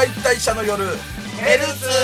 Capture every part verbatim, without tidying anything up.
解体者の夜ヘルツ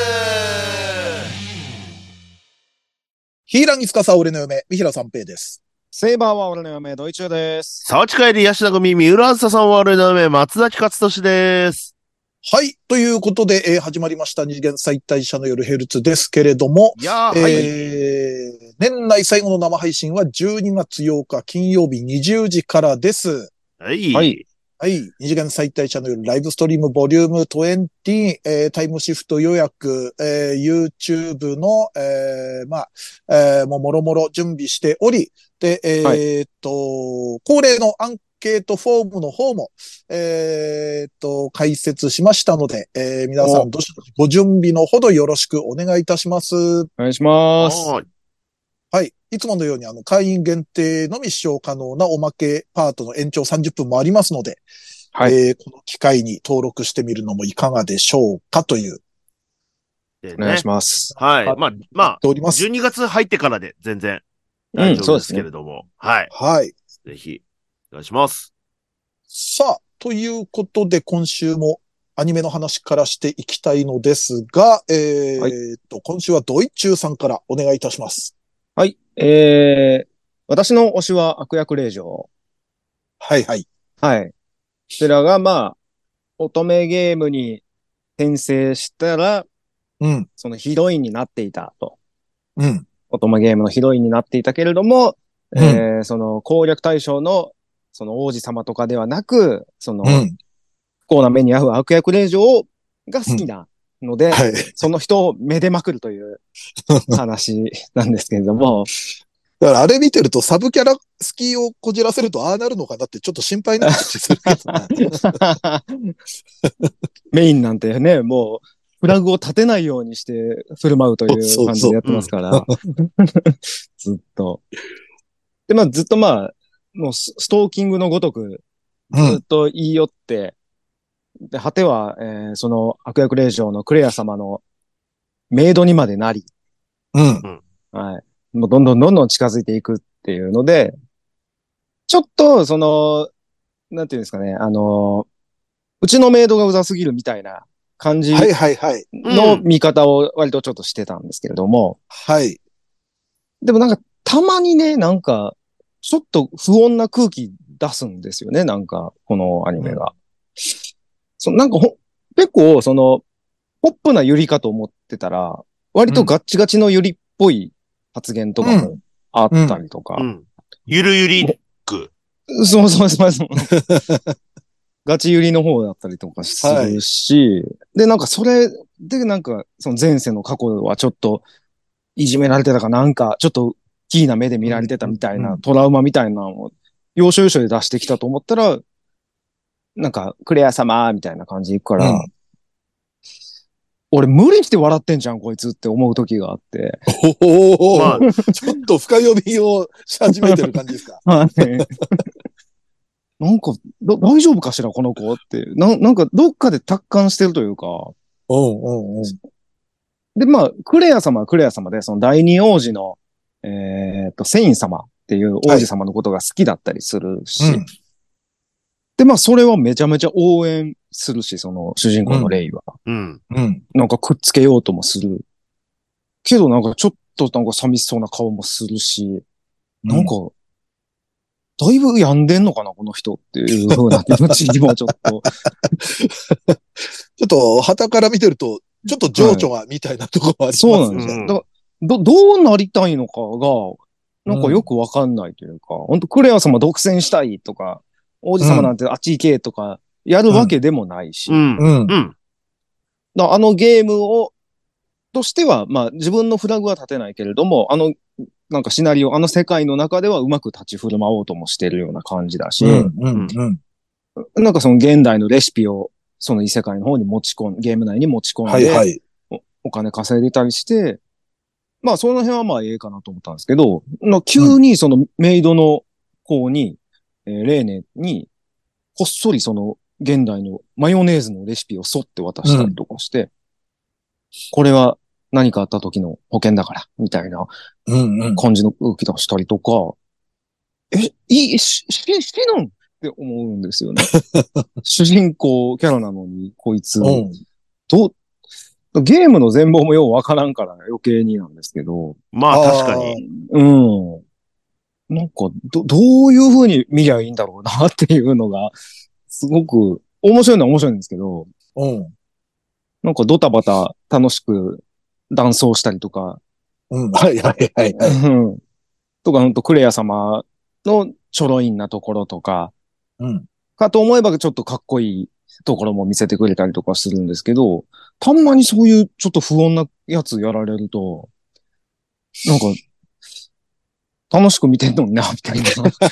ヒーラギスカサ俺の嫁、三平三平です。 セイバーは俺の嫁、ドイチューです。 沢地帰り、ヤシナ組、三浦あずささんは俺の嫁、松崎勝利です。 はい。ということで、えー、始まりました二次元再退者の夜ヘルツですけれども、 いやー、 えはい。 ー、年内最後の生配信はじゅうにがつようか金曜日にじゅうじからです。 はい。 はい。 はい。二次元再退者の夜ライブストリームボリュームにじゅう、えー、タイムシフト予約、えー、YouTube の、えー、まあ、えー、もうもろもろ準備しており、で、えー、っと、はい、恒例のアンケートフォームの方も、えー、っと、解説しましたので、えー、皆さんどしどしご準備のほどよろしくお願いいたします。お願いします。 はい。いつものように、あの、会員限定のみ視聴可能なおまけパートの延長さんじゅっぷんもありますので、はい。えー、この機会に登録してみるのもいかがでしょうかという。 ね、お願いします。 はい。まあ、まあ、 おります。 じゅうにがつ入ってからで全然大丈夫ですけれども。うんね、はい。 はい。 ぜひ、お願いします。 さあ、ということで今週もアニメの話からしていきたいのですが、えー、はい、と、今週はドイチューさんからお願いいたします。 はい。えー、私の推しは悪役令嬢。 はいはい。 はい。こちらが、まあ、乙女ゲームに転生したら、 うん。 そのヒロインになっていたと。 うん。 乙女ゲームのヒロインになっていたけれども、うん、えー、その攻略対象の、その王子様とかではなく、その、うん、不幸な目に遭う悪役令嬢が好きなので、うん、はい、その人をめでまくるという話なんですけれども。 だからあれ見てるとサブキャラ好きをこじらせるとああなるのかなってちょっと心配になったりするけどね。 メインなんてね、もうフラグを立てないようにして振る舞うという感じでやってますから。ずっと。で、まあずっとまあ、もうストーキングのごとくずっと言い寄って、うん、で、果ては、えー、その悪役令嬢のクレア様のメイドにまでなり、 うん。 はい。もうどんどんどんどん近づいていくっていうので、ちょっと、その、なんていうんですかね、あの、うちのメイドがうざすぎるみたいな感じの見方を割とちょっとしてたんですけれども、 はい。 でもなんか、たまにね、なんか、ちょっと不穏な空気出すんですよね、なんか、このアニメが。うん、そなんかほ、結構、その、ポップなユリかと思ってたら、割とガッチガチのユリっぽい発言とかもあったりとか。うんうん、 ゆるゆりっく。 そうそうそうそう。ガチユリの方だったりとかするし、はい、で、なんかそれでなんか、その前世の過去はちょっといじめられてたかなんか、ちょっとキーな目で見られてたみたいな、うん、トラウマみたいなのを、要所要所で出してきたと思ったら、なんか、クレア様みたいな感じでいくから、うん、俺無理して笑ってんじゃん、こいつって思う時があって。 おお、まあ、ちょっと深読みをし始めてる感じですか。はい。 なんか、大丈夫かしら、この子って。な、なんか、どっかで達観してるというか。 うんうんうん。 で、まあ、クレア様はクレア様で、その第二王子の、えっと、セイン様っていう王子様のことが好きだったりするし。はい、うん、で、まあ、それはめちゃめちゃ応援するし、その主人公のレイは。 うん。 うん。なんかくっつけようともする。けどなんかちょっとなんか寂しそうな顔もするし、なんか、うん、だいぶ病んでんのかな、この人っていう風な気持ちにもちょっと。 ちょっと、旗から見てると、ちょっと情緒が、みたいなところありますね。 そうなんですよ。だからど、どうなりたいのかが、なんかよくわかんないというか、うん、本当クレア様独占したいとか、王子様なんてあっち行けとか、やるわけでもないし。 うん。うん。うん、 だあのゲームを、としては、まあ自分のフラグは立てないけれども、あの、なんかシナリオ、あの世界の中ではうまく立ち振る舞おうともしてるような感じだし、 うんうんうん、 なんかその現代のレシピをその異世界の方に持ち込ん、ゲーム内に持ち込んで、はいはい、お, お金稼いでたりして、まあその辺はまあええかなと思ったんですけど、急にそのメイドの子に、うん、えー、レーネに、こっそりその現代のマヨネーズのレシピをそって渡したりとかして、うん、これは何かあった時の保険だから、みたいな感じの動き出したりとか、うんうん、え、いい、し、し、してのんって思うんですよね。主人公キャラなのに、こいつ。 うん。 どう、ゲームの全貌もようわからんから余計になんですけど。 まあ確かに。 うん。なんか、ど、どういう風に見りゃいいんだろうなっていうのが、すごく面白いのは面白いんですけど、 うん。 なんかドタバタ楽しくダンスをしたりとか、 うん。はいはいはいはい。 うんとか、ほんとクレア様のちょろいんなところとか、 うん。 かと思えばちょっとかっこいいところも見せてくれたりとかするんですけど、たんまにそういうちょっと不穏なやつやられると、なんか、楽しく見てんのにな、みたいな。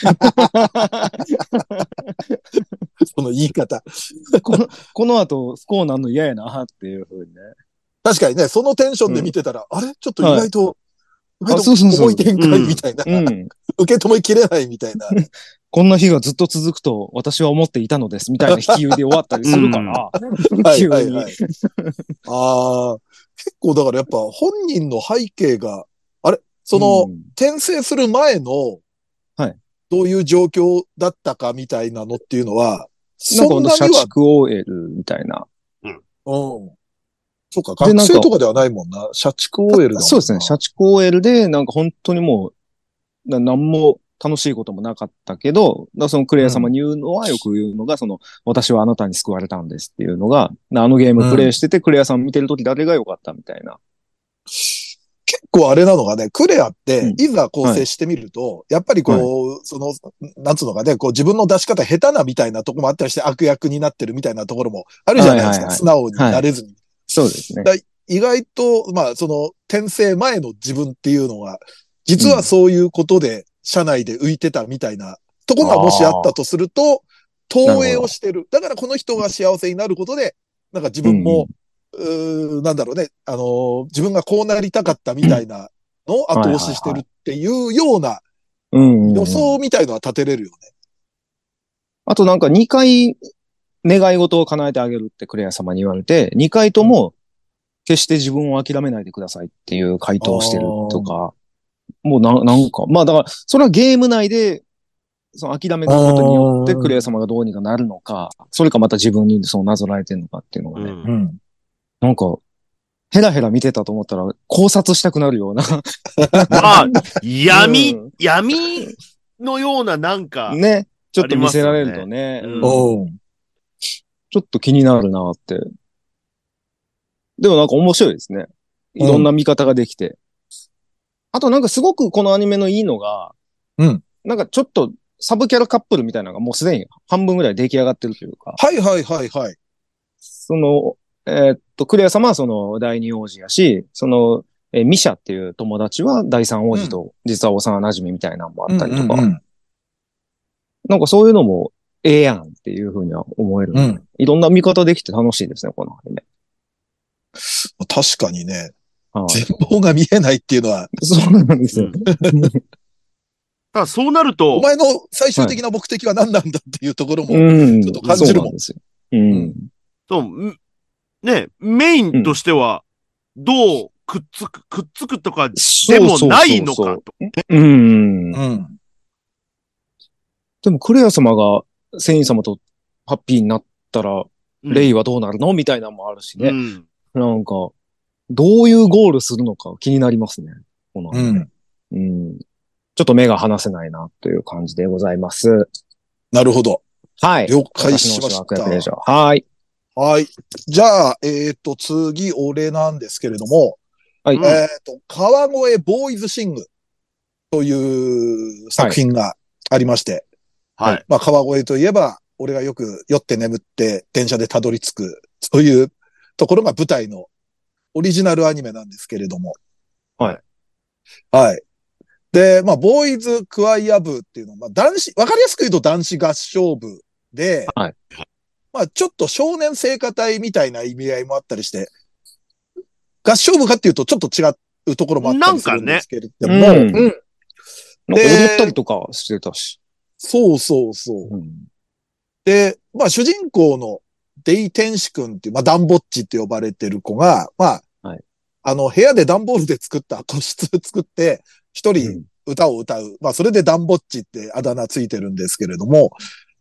その言い方。 この、この後、不幸なんの嫌やな、っていう風にね。 確かにね、そのテンションで見てたら、あれちょっと意外と、意外あそうそうそうと重い展開みたいな、 うん。 受け止めきれないみたいな。 こんな日がずっと続くと私は思っていたのです、みたいな引き言いで終わったりするから、 はい急に。 はいはい。ああ、結構だからやっぱ本人の背景が、あれその、 うん転生する前の、 はい。 どういう状況だったかみたいなのっていうのは、 なんかそほんと社んなには、 畜 オーエル みたいな。 うん。そうか、 でなんか学生とかではないもんな。社畜 オーエル だもんな。 そうですね。社畜 オーエル で、なんか本当にもう、ななんも楽しいこともなかったけど、だからそのクレア様に言うのは、よく言うのが、その、私はあなたに救われたんですっていうのが、あのゲームプレイしてて、クレアさん見てるとき誰が良かったみたいな。 結構あれなのがね、クレアっうてん、 いざ構成してみると、やっぱりこう、その、なんつうのかね、こう自分の出し方下手なみたいなとこもあったりして悪役になってるみたいなところもあるじゃないですか。 はいはいはい素直になれずに。 そうですね。 だ意外と、まあ、その、転生前の自分っていうのは、実はそういうことで、社内で浮いてたみたいなとこがもしあったとすると、投影をしてる。だからこの人が幸せになることで、なんか自分も、うーなんだろうね、あのー自分がこうなりたかったみたいなのを後押ししてるっていうようなうんうんうん予想みたいのは立てれるよね。 あとなんかにかい願い事を叶えてあげるってクレア様に言われて、にかいとも決して自分を諦めないでくださいっていう回答をしてるとか、もうな、なんか、まあだから、それはゲーム内で、その諦めることによってクレア様がどうにかなるのか、それかまた自分にそのなぞらえてるのかっていうのがね、 うんうん。 なんか、ヘラヘラ見てたと思ったら考察したくなるような。 まあ、闇、 うん闇のようななんか、 ね。ちょっと見せられるとね。 うんうんうん。 ちょっと気になるなって。でもなんか面白いですね。いろんな見方ができて。あとなんかすごくこのアニメのいいのが、 うん。 なんかちょっとサブキャラカップルみたいなのがもうすでに半分ぐらい出来上がってるというか、 はいはいはいはい。 その、えーっと、クレア様はその第二王子やし、その、えーミシャっていう友達は第三王子と実は幼馴染みたいなのもあったりとか、 うんうんなんかそういうのもええやんっていうふうには思える、 うん。うん。 いろんな見方できて楽しいですね、このアニメ。 確かにね、 はい全貌が見えないっていうのは、 そうなんですよ。 うんただそうなると、 お前の最終的な目的は何なんだっていうところも、 うん。 ちょっと感じるもんそうなんですよ。うん。 そうむね、メインとしては、どうくっつく、くっつくとかでもないのかと。 うん。 うん。 でも、クレア様がセイン様とハッピーになったら、レイはどうなるのみたいなのもあるしね。 うん。 なんか、どういうゴールするのか気になりますね。このアニメうん。 うん。ちょっと目が離せないなという感じでございます。 なるほど。 はい。 了解しまし私の推しは悪役た。 令嬢はい。 はい。じゃあ、えっ、と、次、俺なんですけれども、 はい。 うんえっ、と、川越ボーイズシングという作品がありまして、 はい。 まあ、川越といえば、俺がよく酔って眠って電車でたどり着く、そういうところが舞台のオリジナルアニメなんですけれども。 はい。 はい。で、まあ、ボーイズクワイア部っていうのは、まあ、男子、わかりやすく言うと男子合唱部で、 はい。 まあ、ちょっと少年聖歌隊みたいな意味合いもあったりして、合唱部かっていうとちょっと違うところもあったりするんですけれども、 なんかねうんうんなんか踊ったりとかしてたし。 そうそうそう。 うん。 で、まあ主人公のデイ天使君っていう、まあダンボッチって呼ばれてる子が、まあ、 はいあの部屋でダンボールで作った個室作って、一人歌を歌う。まあそれでダンボッチってあだ名ついてるんですけれども、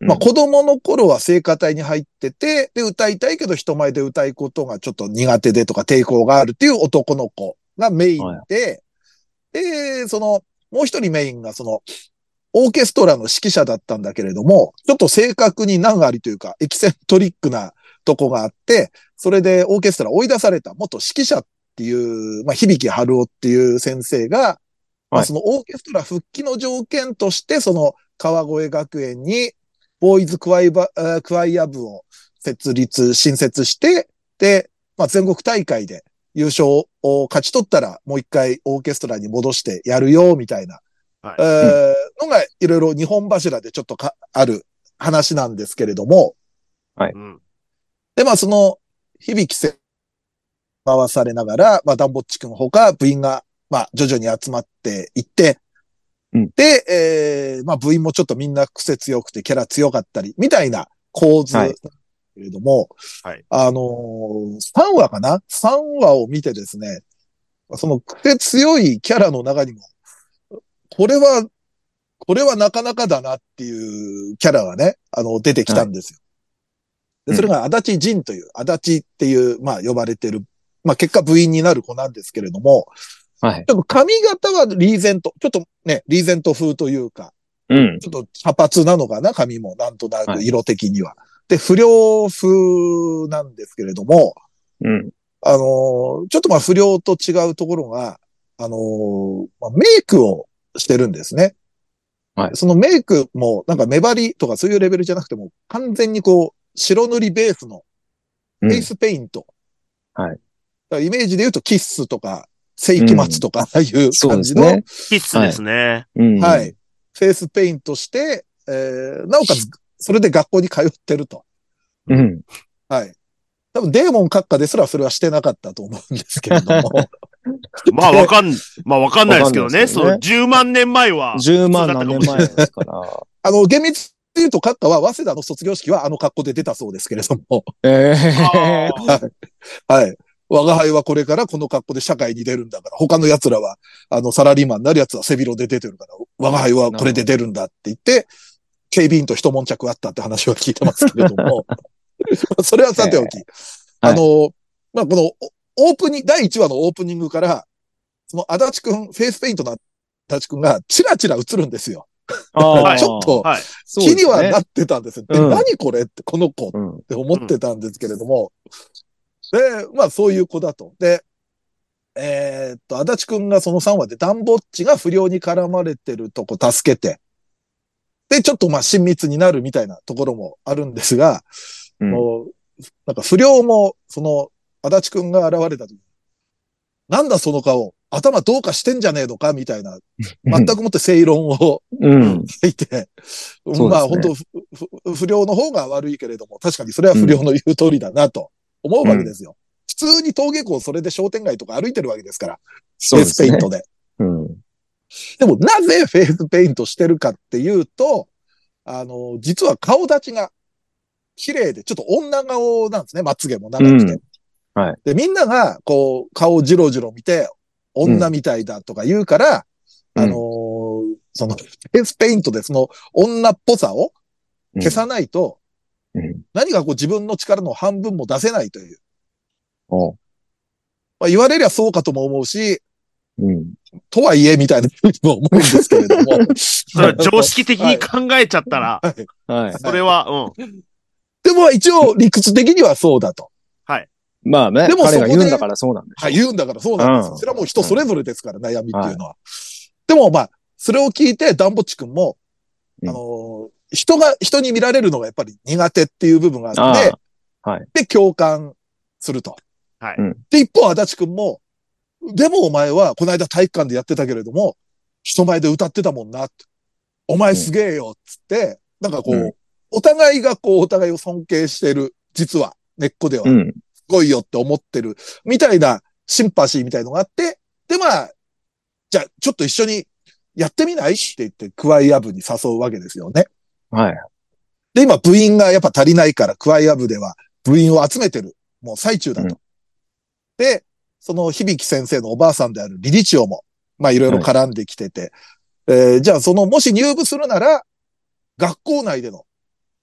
まあ子供の頃は聖歌隊に入ってて、で、歌いたいけど人前で歌うことがちょっと苦手でとか抵抗があるっていう男の子がメインで、で、その、もう一人メインがその、オーケストラの指揮者だったんだけれども、ちょっと正確に難ありというか、エキセントリックなとこがあって、それでオーケストラ追い出された元指揮者っていう、まあ、響春夫っていう先生が、まあ、そのオーケストラ復帰の条件として、その川越学園に、ボーイズクワイバ、クワイア部を設立、新設して、で、まあ、全国大会で優勝を勝ち取ったら、もう一回オーケストラに戻してやるよ、みたいな、 はいえー、のがいろいろ日本柱でちょっとかある話なんですけれども、 はい。 で、まあ、その、響せ回されながら、まあ、ダンボッチ君ほか部員が、まあ、徐々に集まっていって、 うん、 で、えー、まあ、部員もちょっとみんな癖強くてキャラ強かったり、みたいな構図なんですけれども、 はい、 あのー、さんわかな ?さん 話を見てですね、その癖強いキャラの中にも、これは、これはなかなかだなっていうキャラがね、あの、出てきたんですよ。はい、で、それが足立仁という、足立っていう、まあ、呼ばれてる、まあ、結果部員になる子なんですけれども、 はい。 ちょっと髪型はリーゼント、ちょっとね、リーゼント風というか、 うん。 ちょっと茶髪なのかな、髪も、なんとなく色的には。はい、で、不良風なんですけれども、 うん。 あのー、ちょっとまあ不良と違うところが、あのー、まあ、メイクをしてるんですね。 はい。 そのメイクも、なんか目張りとかそういうレベルじゃなくても、完全にこう、白塗りベースの、フェイスペイント。 うん、はい。 だイメージで言うと、キッスとか、世紀末とか、ああいう感じの、 うん、ね、 キッスですね。 はい。はい。フェイスペイントして、えー、なおかつ、それで学校に通ってると。 うん。 はい。多分、デーモン閣下ですらそれはしてなかったと思うんですけれども。 まあ、わかん、まあ、わかんないですけどね。ねその、じゅうまんねんまえは。 じゅうまん何年前ですから。 あの、厳密に言うと、閣下は、早稲田の卒業式はあの格好で出たそうですけれども。 ええー。 はい。はい。我が輩はこれからこの格好で社会に出るんだから、他の奴らは、あの、サラリーマンになる奴は背広で出てるから、我が輩はこれで出るんだって言って、警備員と一悶着あったって話は聞いてますけれども、それはさておき、あの、はい、まあ、この、オープニング、だいいちわのオープニングから、その足立くん、フェイスペイントの足立くんがチラチラ映るんですよ。 あちょっと、気にはなってたんですよ。はい、 うん、 何これって、この子って思ってたんですけれども、うんうん、で、まあそういう子だと。で、えー、っと、足立くんがそのさんわでダンボッチが不良に絡まれてるとこ助けて、で、ちょっとまあ親密になるみたいなところもあるんですが、うん、もうなんか不良も、その、足立くんが現れた時に、なんだその顔、頭どうかしてんじゃねえのかみたいな、全くもって正論を書いて、うん、まあ、ね、本当不良の方が悪いけれども、確かにそれは不良の言う通りだなと思うわけですよ。うん、普通に登下校それで商店街とか歩いてるわけですから、フェイスペイントで。 うん、 でもなぜフェイスペイントしてるかっていうと、あの、実は顔立ちが綺麗で、ちょっと女顔なんですね、まつげも長くて。うんはい。 で、みんなが、こう、顔をジロジロ見て、女みたいだとか言うから、うん、あのー、その、フェイスペイントでその女っぽさを消さないと、うんうん、何かこう自分の力の半分も出せないという。 おまあ、言われりゃそうかとも思うし、 うん、 とはいえ、みたいなふうにも思うんですけれども。 常識的に考えちゃったら、はいはいはい、それは、うん。 でも一応理屈的にはそうだと。 はい。 まあね、でも彼が言うんだからそうなんです。 はい、言うんだからそうなんです。うん、それはもう人それぞれですから、うん、悩みっていうのは。はい、でもまあ、それを聞いて、ダンボッチ君も、うん、あのー、人が、人に見られるのがやっぱり苦手っていう部分があって、 はい、 で、共感すると。 はい。 で、一方、足立君も、でもお前は、この間体育館でやってたけれども、人前で歌ってたもんな。お前すげえよ、つって、なんかこう、うん、お互いがこう、お互いを尊敬してる、実は、根っこでは。 うんすごいよって思ってる、みたいなシンパシーみたいのがあって、で、まあ、じゃあ、ちょっと一緒にやってみないって言って、クワイア部に誘うわけですよね。 はい。 で、今、部員がやっぱ足りないから、クワイア部では部員を集めてる、もう最中だと。うん、で、その響先生のおばあさんであるリリチオも、まあ、いろいろ絡んできてて、はい、えー、じゃあ、その、もし入部するなら、学校内での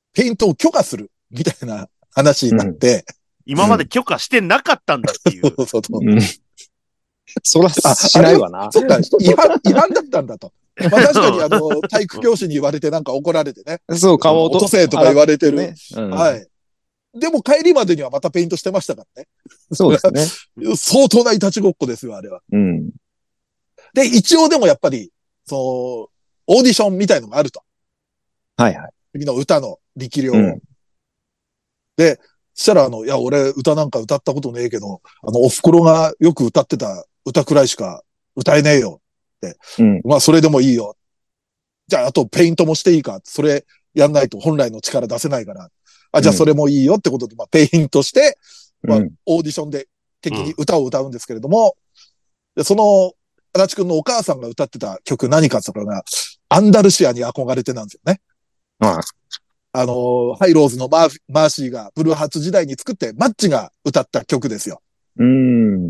ペイントを許可するみたいな話になって、 今まで許可してなかったんだっていう。 そうそうそう。 うん。そらしないわな。 そっか、違反、違反だったんだと。まあ確かにあの、体育教師に言われてなんか怒られてね。 そう、顔を落とせとか言われてる。 ねうん、 はい。でも帰りまでにはまたペイントしてましたからね。 そうですね。 相当ない立ちごっこですよ、あれは。 うん。 で、一応でもやっぱり、その、オーディションみたいのがあると。 はいはい。 次の歌の力量を。 うん、 で、そしたらあの、いや、俺歌なんか歌ったことねえけど、あの、お袋がよく歌ってた歌くらいしか歌えねえよって。 うん、 まあ、それでもいいよ。じゃあ、あとペイントもしていいか。それやんないと本来の力出せないから。あ、じゃあそれもいいよってことで、まあ、ペイントして、まあ、オーディションで敵に歌を歌うんですけれども、でその、足立くんのお母さんが歌ってた曲何かって言ったら、アンダルシアに憧れてなんですよね。 あああの、ハイローズのマーマーシーがブルーハーツ時代に作ってマッチが歌った曲ですよ。 うん。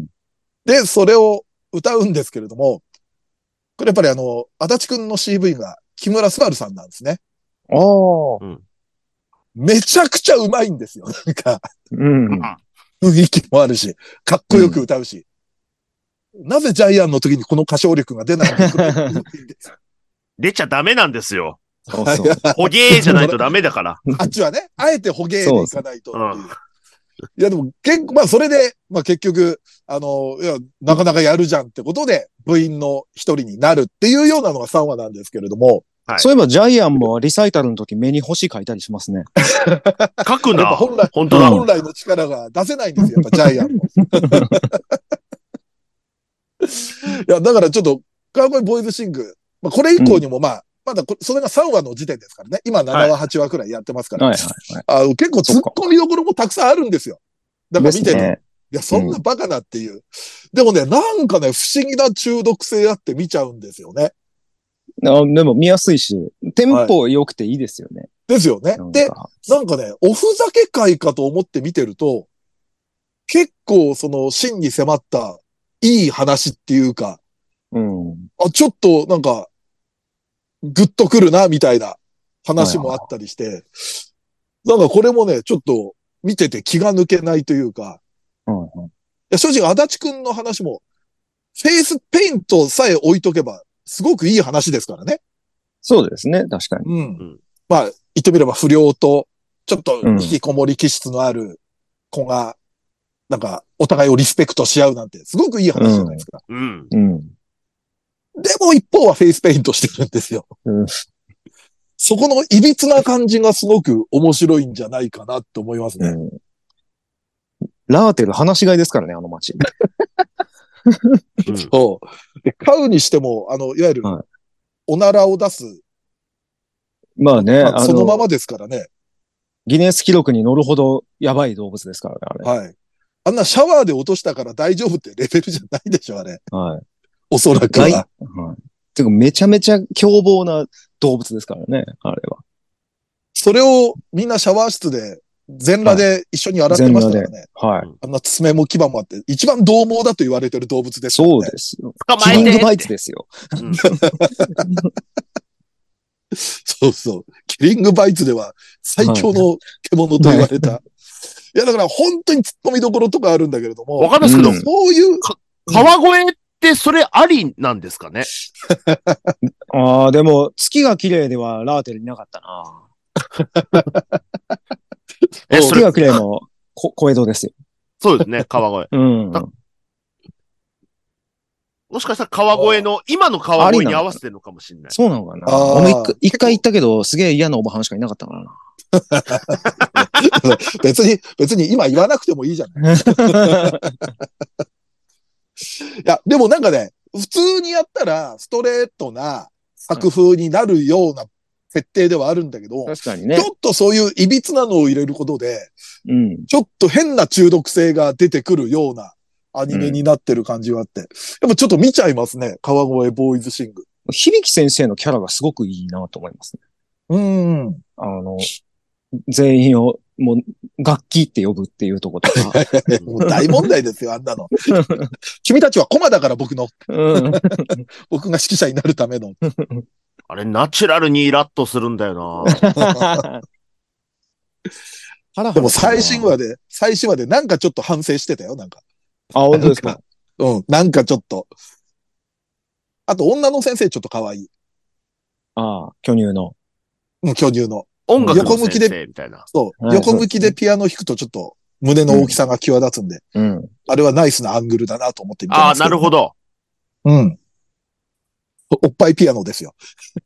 で、それを歌うんですけれども、これやっぱりあの、足立くんの シーブイ が木村昴さんなんですね。 ああ。 めちゃくちゃうまいんですよ。なんか、 うん。 雰囲気もあるし、かっこよく歌うし。うん、なぜジャイアンの時にこの歌唱力が出ないんですか出ちゃダメなんですよ。 そうそう。 ほげーじゃないとダメだから。 あっちはね、あえてほげーでいかないとっていう。いやでも結構、まあそれで、まあ結局、あの、いや、なかなかやるじゃんってことで、部員の一人になるっていうようなのがさんわなんですけれども。 はい、そういえばジャイアンもリサイタルの時目に星書いたりしますね。 書くな。 本来、 本当だ。 本来の力が出せないんですよ、やっぱジャイアンも。いや、だからちょっと、カウボーイボーイズシング、まあこれ以降にもまあ、うんまだそれがさんわの時点ですからね。今ななわ、はちわくらいやってますから。はいはいはい、あ結構突っ込みどころもたくさんあるんですよ。だから見てて。ね、いや、そんなバカなっていう、うん。でもね、なんかね、不思議な中毒性あって見ちゃうんですよね。 あでも見やすいし、テンポ良くていいですよね。はい、 ですよね。で、なんかね、おふざけ会かと思って見てると、結構その真に迫ったいい話っていうか、 うん、 あ、ちょっとなんか、グッとくるな、みたいな話もあったりして、なんかこれもね、ちょっと見てて気が抜けないというか、 うんうん、いや正直足立くんの話も、フェイスペイントさえ置いとけば、すごくいい話ですからね。 そうですね、確かに。 うん。まあ、言ってみれば不良と、ちょっと引きこもり気質のある子が、なんか、お互いをリスペクトし合うなんて、すごくいい話じゃないですか。 うん。 うんでも一方はフェイスペイントしてるんですよ。 うん、 そこの歪な感じがすごく面白いんじゃないかなって思いますね。うん、 ラーテル話し飼いですからね、あの街。 そう。で、飼うにしても、あの、いわゆる、おならを出す。 まあね、 まあ、そのままですからね。 ギネス記録に乗るほどやばい動物ですからね、 あれ。はい。あんなシャワーで落としたから大丈夫ってレベルじゃないでしょ、あれ。 はい。 おそらくは。はい。 てかめちゃめちゃ凶暴な動物ですからね、あれは。 それをみんなシャワー室で全裸で一緒に洗ってましたからね。 はい。はい、 あんな爪も牙もあって、一番獰猛だと言われてる動物ですからね。 そうですよ。キリングバイツですよ。うん、 そうそう。キリングバイツでは最強の獣と言われた。はい、いや、だから本当に突っ込みどころとかあるんだけれども。 わかんないですけど、 うん、そういう。 川越ってそれありなんですかね。 ああ、でも月が綺麗ではラーテルいなかったな。え、月が綺麗のこ小江戸ですよ。 そうですね、川越。 うん。 もしかしたら川越の、今の川越に合わせてるのかもしれない。 そうなのかな。俺も一回行ったけど、すげえ嫌なおばはんしかいなかったからな。 別に、別に今言わなくてもいいじゃない。いや、でもなんかね、普通にやったらストレートな作風になるような設定ではあるんだけど、 確かにね。 ちょっとそういう歪なのを入れることで、 うん、 ちょっと変な中毒性が出てくるようなアニメになってる感じがあって、うん、やっぱちょっと見ちゃいますね、川越ボーイズシング。 響先生のキャラがすごくいいなと思いますね。 うん。 あの、全員をもう楽器って呼ぶっていうところとか。 もう大問題ですよ、あんなの。君たちはコマだから僕の。うん、僕が指揮者になるための。 あれ、ナチュラルにイラッとするんだよな。 でも最新話で、最新話でなんかちょっと反省してたよ、なんか。 あ、本当ですか。 うん、なんかちょっと。あと、女の先生ちょっと可愛い。 ああ、巨乳の。 うん、巨乳の。 音楽の横向きで先生みたいな。 そう、 はい横向きでピアノ弾くとちょっと胸の大きさが際立つんで、 うん。 あれはナイスなアングルだなと思って見てああ、 ますけど、 なるほ。ど。 うん。おっぱいピアノですよ。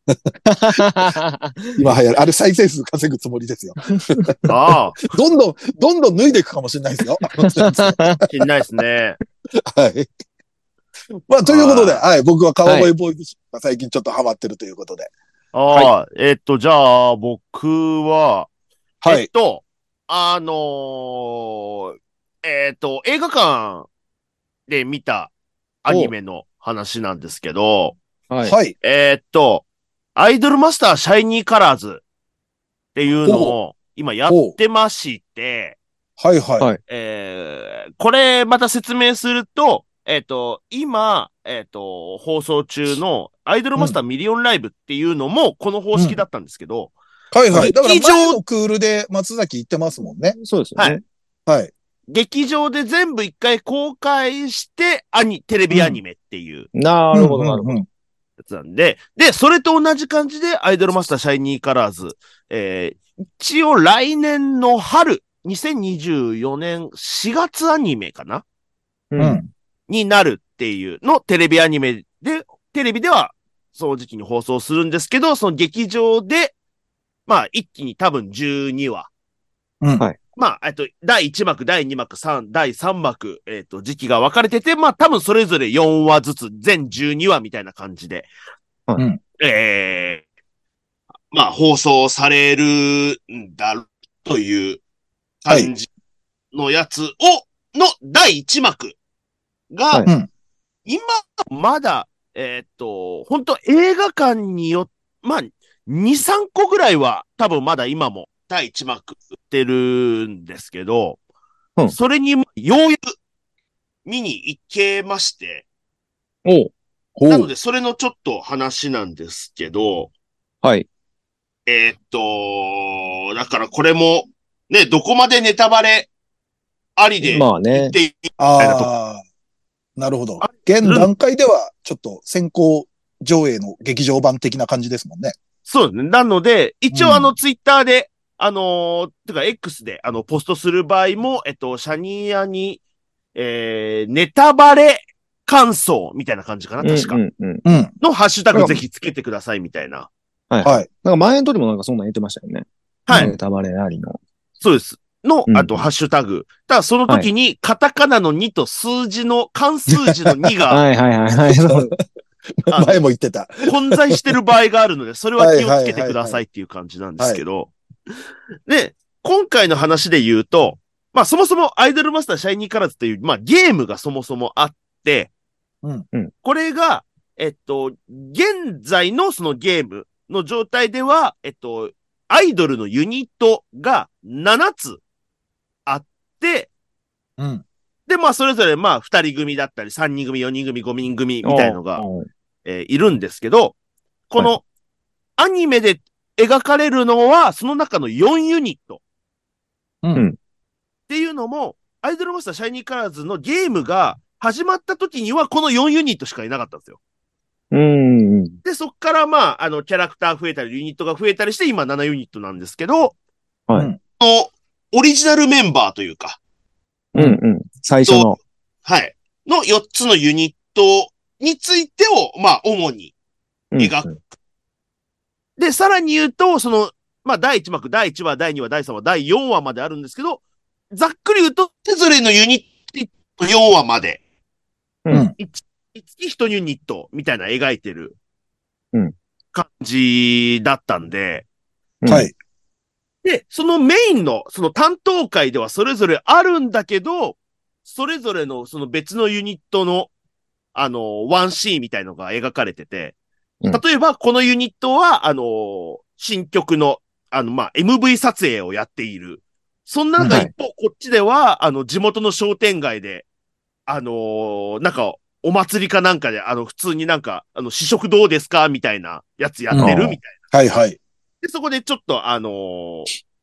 今流行る。あれ再生数稼ぐつもりですよ。 ああ、 どんどん、どんどん脱いでいくかもしれないですよ。 しんないですね。 はい。まあ、ということで、 あはい、僕は川越ボーイズが最近ちょっとハマってるということで。 ああ、えっと、じゃあ、僕は、 はい。 えっと、あのーえっと、映画館で見たアニメの話なんですけど、 はい。 はい。 えっと、アイドルマスターシャイニーカラーズっていうのを今やってまして、 はいはい。 はいえー、これまた説明すると、えっと、今、えっと、放送中のアイドルマスターミリオンライブっていうのもこの方式だったんですけど、 はいはい。だから劇場前のクールで松崎行ってますもんね。 そうですよね。 はい。 劇場で全部一回公開して、アニ、テレビアニメっていうなるほど、なるほど。 うんうんうんやつなんで、で、それと同じ感じでアイドルマスターシャイニーカラーズ、えー、一応来年の春、にせんにじゅうよねんしがつアニメかなう。 うんん。 になるっていうのテレビアニメで、テレビではその時期に放送するんですけど、その劇場で、まあ一気に多分じゅうにわ。 うん。 はいまあ、えっと、だいいち幕、だいに幕、三だいさん幕、えっと、時期が分かれてて、まあ多分それぞれよんわずつ、全じゅうにわみたいな感じで、 はいうんえー、まあ放送されるんだという感じのやつを、のだいいち幕が、 はいうん今、まだ、えーっと、本当映画館によっ、まあ、に、さんこぐらいは多分まだ今もだいいち幕売ってるんですけど、 うんそれにようやく見に行けまして、 おう。 ほう。 なのでそれのちょっと話なんですけど、 はい。 えーっと、だからこれも、ね、どこまでネタバレありでまあね言っていいみたいなとこああ、なるほどあ。 現段階では、ちょっと先行上映の劇場版的な感じですもんね。 そうですね。なので、一うん応あの、ツイッターで、あのー、てか X で、あの、ポストする場合も、えっと、シャニーアに、えー、ネタバレ感想みたいな感じかな、確か。 うんうんうん。 うん。 のハッシュタグぜひつけてくださいみたいな。 はい。 はい。 なんか前の時もなんかそんなん言ってましたよね。 はい。 ネタバレありの。 そうです。のう、んあと、ハッシュタグ。ただ、その時に、カタカナのにと数字の、漢数字のにが、 はいはいはいはい。そうあの前も言ってた。 混在してる場合があるので、それは気をつけてくださいっていう感じなんですけど。で、今回の話で言うと、まあそもそもアイドルマスターシャイニーカラーズという、まあゲームがそもそもあって、 うんうんこれが、えっと、現在のそのゲームの状態では、えっと、アイドルのユニットがななつあって、 うん。 で、まあそれぞれまあふたり組だったり、さんにん組、よにん組、ごにん組みたいのが、 おうえーいるんですけど、このアニメで描かれるのは、その中のよんユニット。 うんっていうのも、アイドルマスターシャイニーカラーズのゲームが始まった時には、このよんユニットしかいなかったんですよ。 うんうん。 で、そっからまあ、あの、キャラクター増えたり、ユニットが増えたりして、今ななユニットなんですけど、 はいうんのオリジナルメンバーというか、 うんうん。最初の。 はい。のよっつのユニットについてを、まあ、主にうん描く。で、さらに言うと、その、まあ、だいいち幕、だいいちわ、だいにわ、だいさんわ、だいよんわまであるんですけど、ざっくり言うと、それぞれのユニットよんわまで、 うんいつきいちユニットみたいな描いてるうん感じだったんで、 うんはい。 で、そのメインの、その担当会ではそれぞれあるんだけど、それぞれのその別のユニットの、あの、ワンシーンみたいのが描かれてて、 うん例えばこのユニットは、あの、新曲の、あの、まあ、エムブイ 撮影をやっている。そんな中、 はい一方、こっちでは、あの、地元の商店街で、あのーなんか、お祭りかなんかで、あの、普通になんか、あの、試食どうですかみたいなやつやってるうんみたいな。 はいはい。 で、そこでちょっと、あのー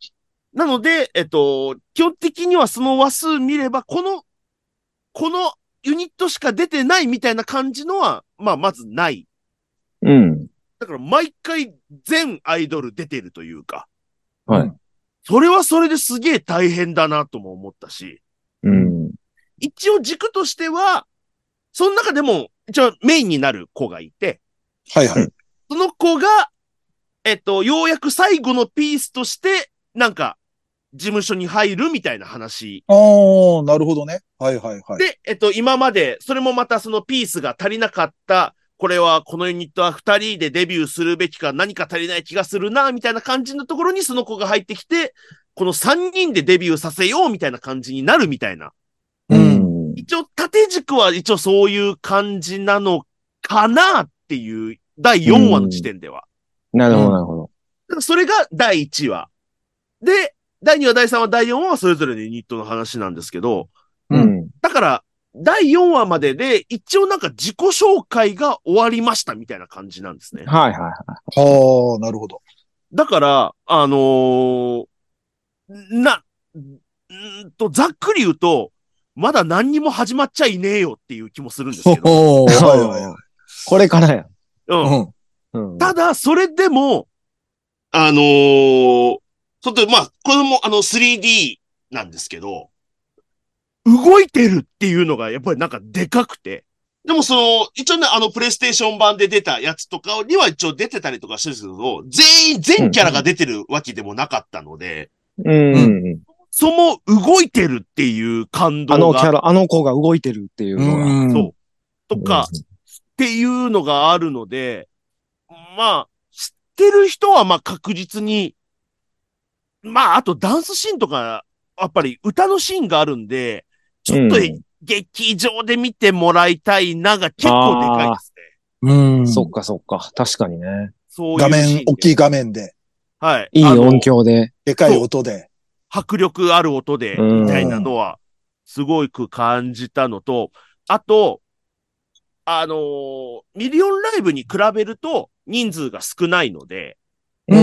なので、えっと、基本的にはその話数見れば、この、このユニットしか出てないみたいな感じのは、まあ、まずない。 うん。 だから毎回全アイドル出てるというか。 はい。 それはそれですげえ大変だなとも思ったし。 うん。 一応軸としては、その中でも、一応メインになる子がいて。 はいはい。 その子が、えっと、ようやく最後のピースとして、なんか、事務所に入るみたいな話。 ああ、なるほどね。はいはいはい。 で、えっと、今まで、それもまたそのピースが足りなかった、これは、このユニットは二人でデビューするべきか、何か足りない気がするな、みたいな感じのところにその子が入ってきて、この三人でデビューさせよう、みたいな感じになるみたいな。 うん。 一応、縦軸は一応そういう感じなのかなっていう、だいよんわの時点では。 なるほど、なるほど。それがだいいちわ。で、だいにわ、だいさんわ、だいよんわはそれぞれのユニットの話なんですけど、 うん。 だから、だいよんわまでで、一応なんか自己紹介が終わりましたみたいな感じなんですね。 はいはいはい。 はあ、なるほど。 だから、あのー、な、んと、ざっくり言うと、まだ何にも始まっちゃいねえよっていう気もするんですけど。 はいはいはい。 これからや。 うん。 うん、 ただ、それでも、あのー、ちょっと、まあ、これもあの スリーディー なんですけど、動いてるっていうのがやっぱりなんかでかくて。でもその、一応ね、あのプレイステーション版で出たやつとかには一応出てたりとかしてるんですけど、全員、全キャラが出てるわけでもなかったので、 うん。うん、 その動いてるっていう感動が。 あのキャラ、あの子が動いてるっていうのが。 うん、 そう。とか、うん、っていうのがあるので、まあ、知ってる人はまあ確実に、まあ、あとダンスシーンとか、やっぱり歌のシーンがあるんで、ちょっと劇場で見てもらいたいなが結構でかいですね。うん。 そっかそっか。確かにね。 そういう画面、大きい画面で。 はい。 いい音響で。 でかい音で。 迫力ある音で、みたいなのは、すごく感じたのと、あと、あのー、ミリオンライブに比べると人数が少ないので、 うん。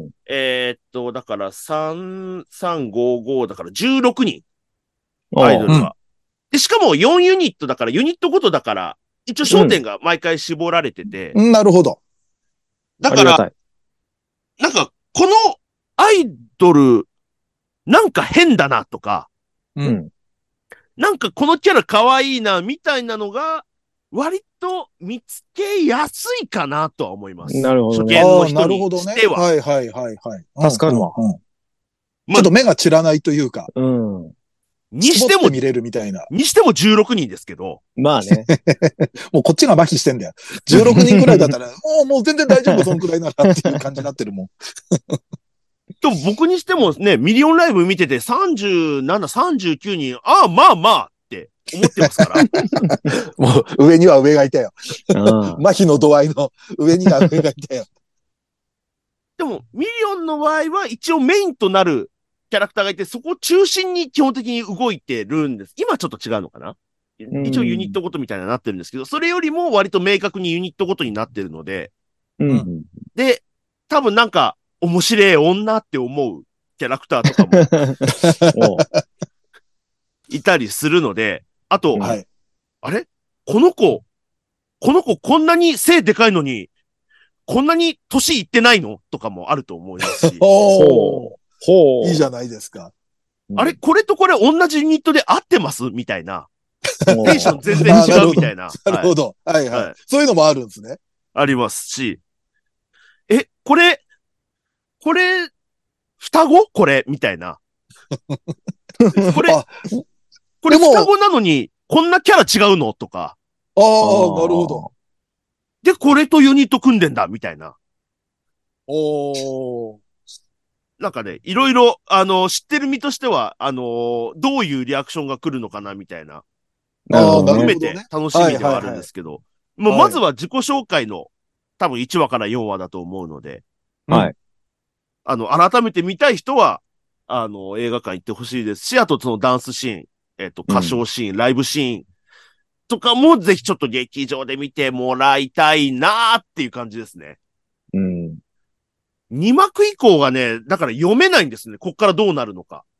えー、っと、だからさん、さん、ご、ごだからじゅうろくにん。アイドルが。で、しかもよんユニットだから、ユニットごとだから、一応焦点が毎回絞られてて。 うん、なるほど。 だから、なんか、このアイドル、なんか変だなとか、 うん。 なんかこのキャラ可愛いな、みたいなのが、割と見つけやすいかなとは思います。 なるほどね。 初見の人にしては。 ね、はいはいはいはい。 助かるわ、 うんうんま。ちょっと目が散らないというか。 うん。 にしても、 見れるみたいな。 にしてもじゅうろくにんですけど。 まあね。 もうこっちが麻痺してんだよ。じゅうろくにんくらいだったら、もうもう全然大丈夫、そのくらいならっていう感じになってるもん。 でも僕にしてもね、ミリオンライブ見ててさんじゅうなな、さんじゅうきゅうにん、ああ、まあまあって思ってますから。 もう上には上がいたよ。麻痺の度合いの上には上がいたよ。 でも、ミリオンの場合は一応メインとなるキャラクターがいて、そこを中心に基本的に動いてるんです。今ちょっと違うのかな？一応ユニットごとみたいになってるんですけど、それよりも割と明確にユニットごとになってるので、 うん、 で、多分なんか面白い女って思うキャラクターとかもいたりするので、あと、はい、あれこの子、この子こんなに背でかいのに、こんなに年いってないのとかもあると思いますし。 ほう。ほう。いいじゃないですか。 あれこれとこれ同じユニットで合ってますみたいな。テンション全然違うみたいな。 なるほど。はい、はい、はい。そういうのもあるんですね。 ありますし。え、これ、これ、双子これみたいな。これ、これ双子なのに、こんなキャラ違うのとか。 ああ、なるほど。 で、これとユニット組んでんだみたいな。 おー。 なんかね、いろいろ、あの、知ってる身としては、あの、どういうリアクションが来るのかなみたいな。含めて楽しみではあるんですけど。もうまずは自己紹介の、多分いちわからよんわだと思うので。 はい。 あの、改めて見たい人は、あの、映画館行ってほしいですし、あとそのダンスシーン、えっと、歌唱シーン、うん、ライブシーンとかもぜひちょっと劇場で見てもらいたいなーっていう感じですね。 うん。 にまく以降がね、だから読めないんですね。こっからどうなるのか。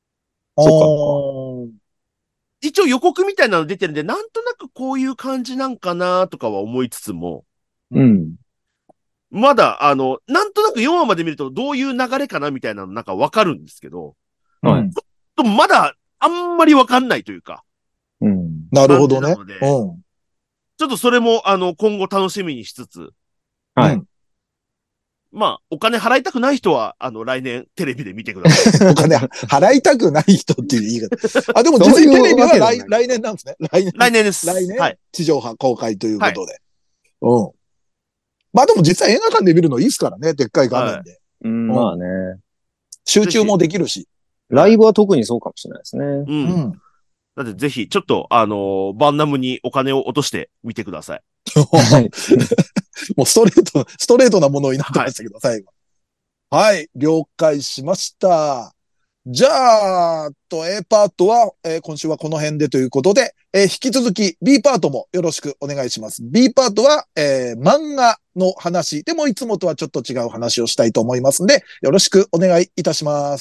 そ一応予告みたいなの出てるんで、なんとなくこういう感じなんかなとかは思いつつも、 う。うん。 まだ、あの、なんとなくよんわまで見るとどういう流れかなみたいなのなんかわかるんですけど、 はい。 でもまだあんまりわかんないというか。 うん。 なるほどね。 感じなのでうん。 ちょっとそれも、あの、今後楽しみにしつつ、 はい。 うんまあ、お金払いたくない人は、あの、来年テレビで見てください。 お金払いたくない人っていう言い方。あ、でも実際テレビは来来年なんですね。来年。 来年です。 来年、 はい。 地上波公開ということで。うん。まあでも実際映画館で見るのいいですからね。でっかい画面で。 うん、まあね。 集中もできるし。 ライブは特にそうかもしれないですね。 う。 うんん。 だってぜひ、ちょっと、あのーバンナムにお金を落としてみてください。 はい。 もうストレート、ストレートなものになってましたけど、最後。はい、了解しました。じゃあ、と A パートは、えー今週はこの辺でということで、えー引き続き B パートもよろしくお願いします。B パートは、えー漫画の話、でもいつもとはちょっと違う話をしたいと思いますんで、よろしくお願いいたします。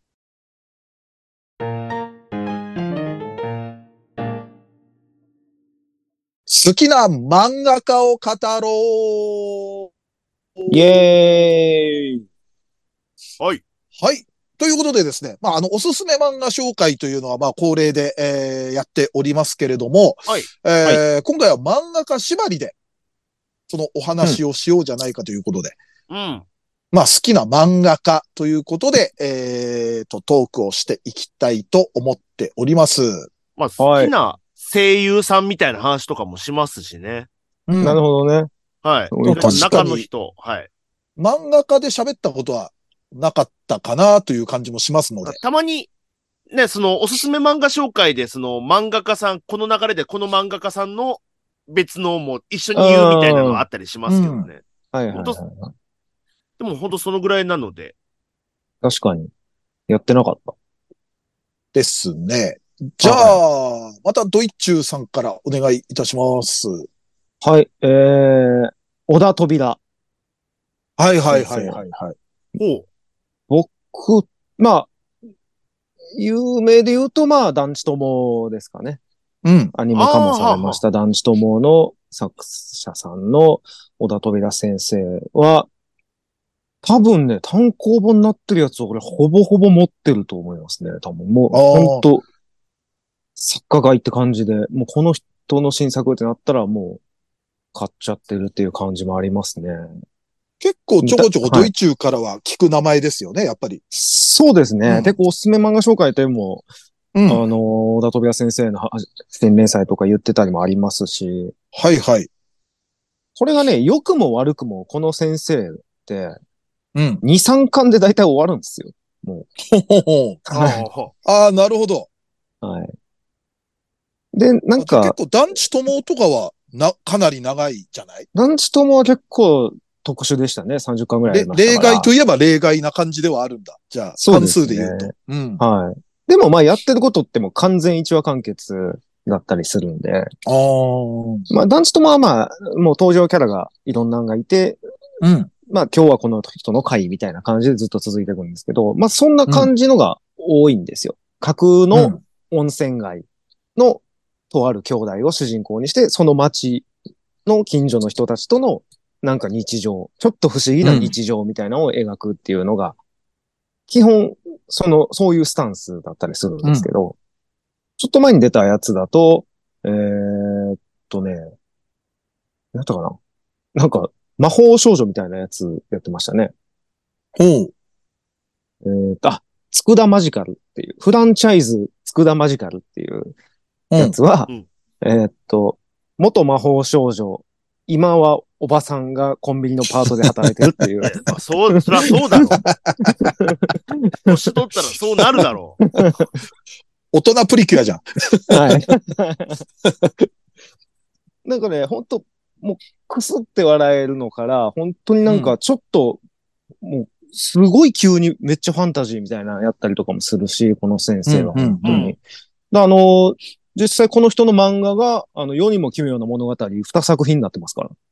好きな漫画家を語ろう。 イエーイ。 はい。 はい。ということでですね、まあ、あの、おすすめ漫画紹介というのは、まあ、恒例で、えーやっておりますけれども、 はい。 えー今回は漫画家縛りで、そのお話をしようじゃないかということで、 うん。 まあ、好きな漫画家ということで、えーと、トークをしていきたいと思っております。 まあ、好きな声優さんみたいな話とかもしますしね。 うんなるほどね。 はい。 うん確かに中の人。はい。 漫画家で喋ったことはなかったかなという感じもしますので。 たまに、ね、その、おすすめ漫画紹介で、その、漫画家さん、この流れでこの漫画家さんの別のも一緒に言うみたいなのがあったりしますけどね。 はいはいはい、 本当でも本当そのぐらいなので。 確かに。やってなかった。 ですね。じゃあ、またドイッチューさんからお願いいたします。 はい。えー、小田扉。 はいはいはいはいはい。 ほう。 僕、まあ、有名で言うと、まあ、団地友ですかね。 うん。 アニメ化もされました団地友の作者さんの小田扉先生は、多分ね、単行本になってるやつをこれほぼほぼ持ってると思いますね。多分もう、ほんと、作家買いって感じで、もうこの人の新作ってなったらもう、買っちゃってるっていう感じもありますね。 結構ちょこちょこドイチューからは聞く名前ですよね、やっぱり。 そうですね。 うん結構おすすめ漫画紹介でも、 うん。 あの、小田扉先生の視点連載とか言ってたりもありますし、 はいはい。 これがね、良くも悪くもこの先生ってうん。 に、さんかんで大体終わるんですよ。もほほほう。 ああ、なるほど。 はい。で、なんあじゃあ結か、 構団地友とかは、な、かなり長いじゃない団地友は結構特殊でしたね。さんじゅっかんぐらいあれりましたから。 例外といえば例外な感じではあるんだ。じゃあ、関そうですね数で言うと。うん。 はい。でもまあやってることってもう完全一話完結だったりするんで、 ああ。 まあ団地友はまあ、もう登場キャラがいろんなのがいて、 うん。 まあ今日はこの人の回みたいな感じでずっと続いていくんですけど、まあそんな感じのが多いんですよ。架空うのん。 温泉街のとある兄弟を主人公にして、その町の近所の人たちとのなんか日常、ちょっと不思議な日常みたいなのを描くっていうのが、基本、その、そういうスタンスだったりするんですけど、ちょっと前に出たやつだと、えーっとね、なんだったかななんか、魔法少女みたいなやつやってましたね。 ほう。 えーっと、あ、つくだマジカルっていう、フランチャイズつくだマジカルっていうやつは、 うんえーっと、元魔法少女、今はおばさんがコンビニのパートで働いてるっていう。 いやまあ、そう、そりゃそうだろう。年取ったらそうなるだろう。 大人プリキュアじゃん。 はい。なんかね、ほんと、もう、くすって笑えるのから、本当になんかちょっと、もう、すごい急にめっちゃファンタジーみたいなのやったりとかもするし、この先生は本当に。 うんうんであの、実際この人の漫画が、あの、世にも奇妙な物語、二作品になってますから。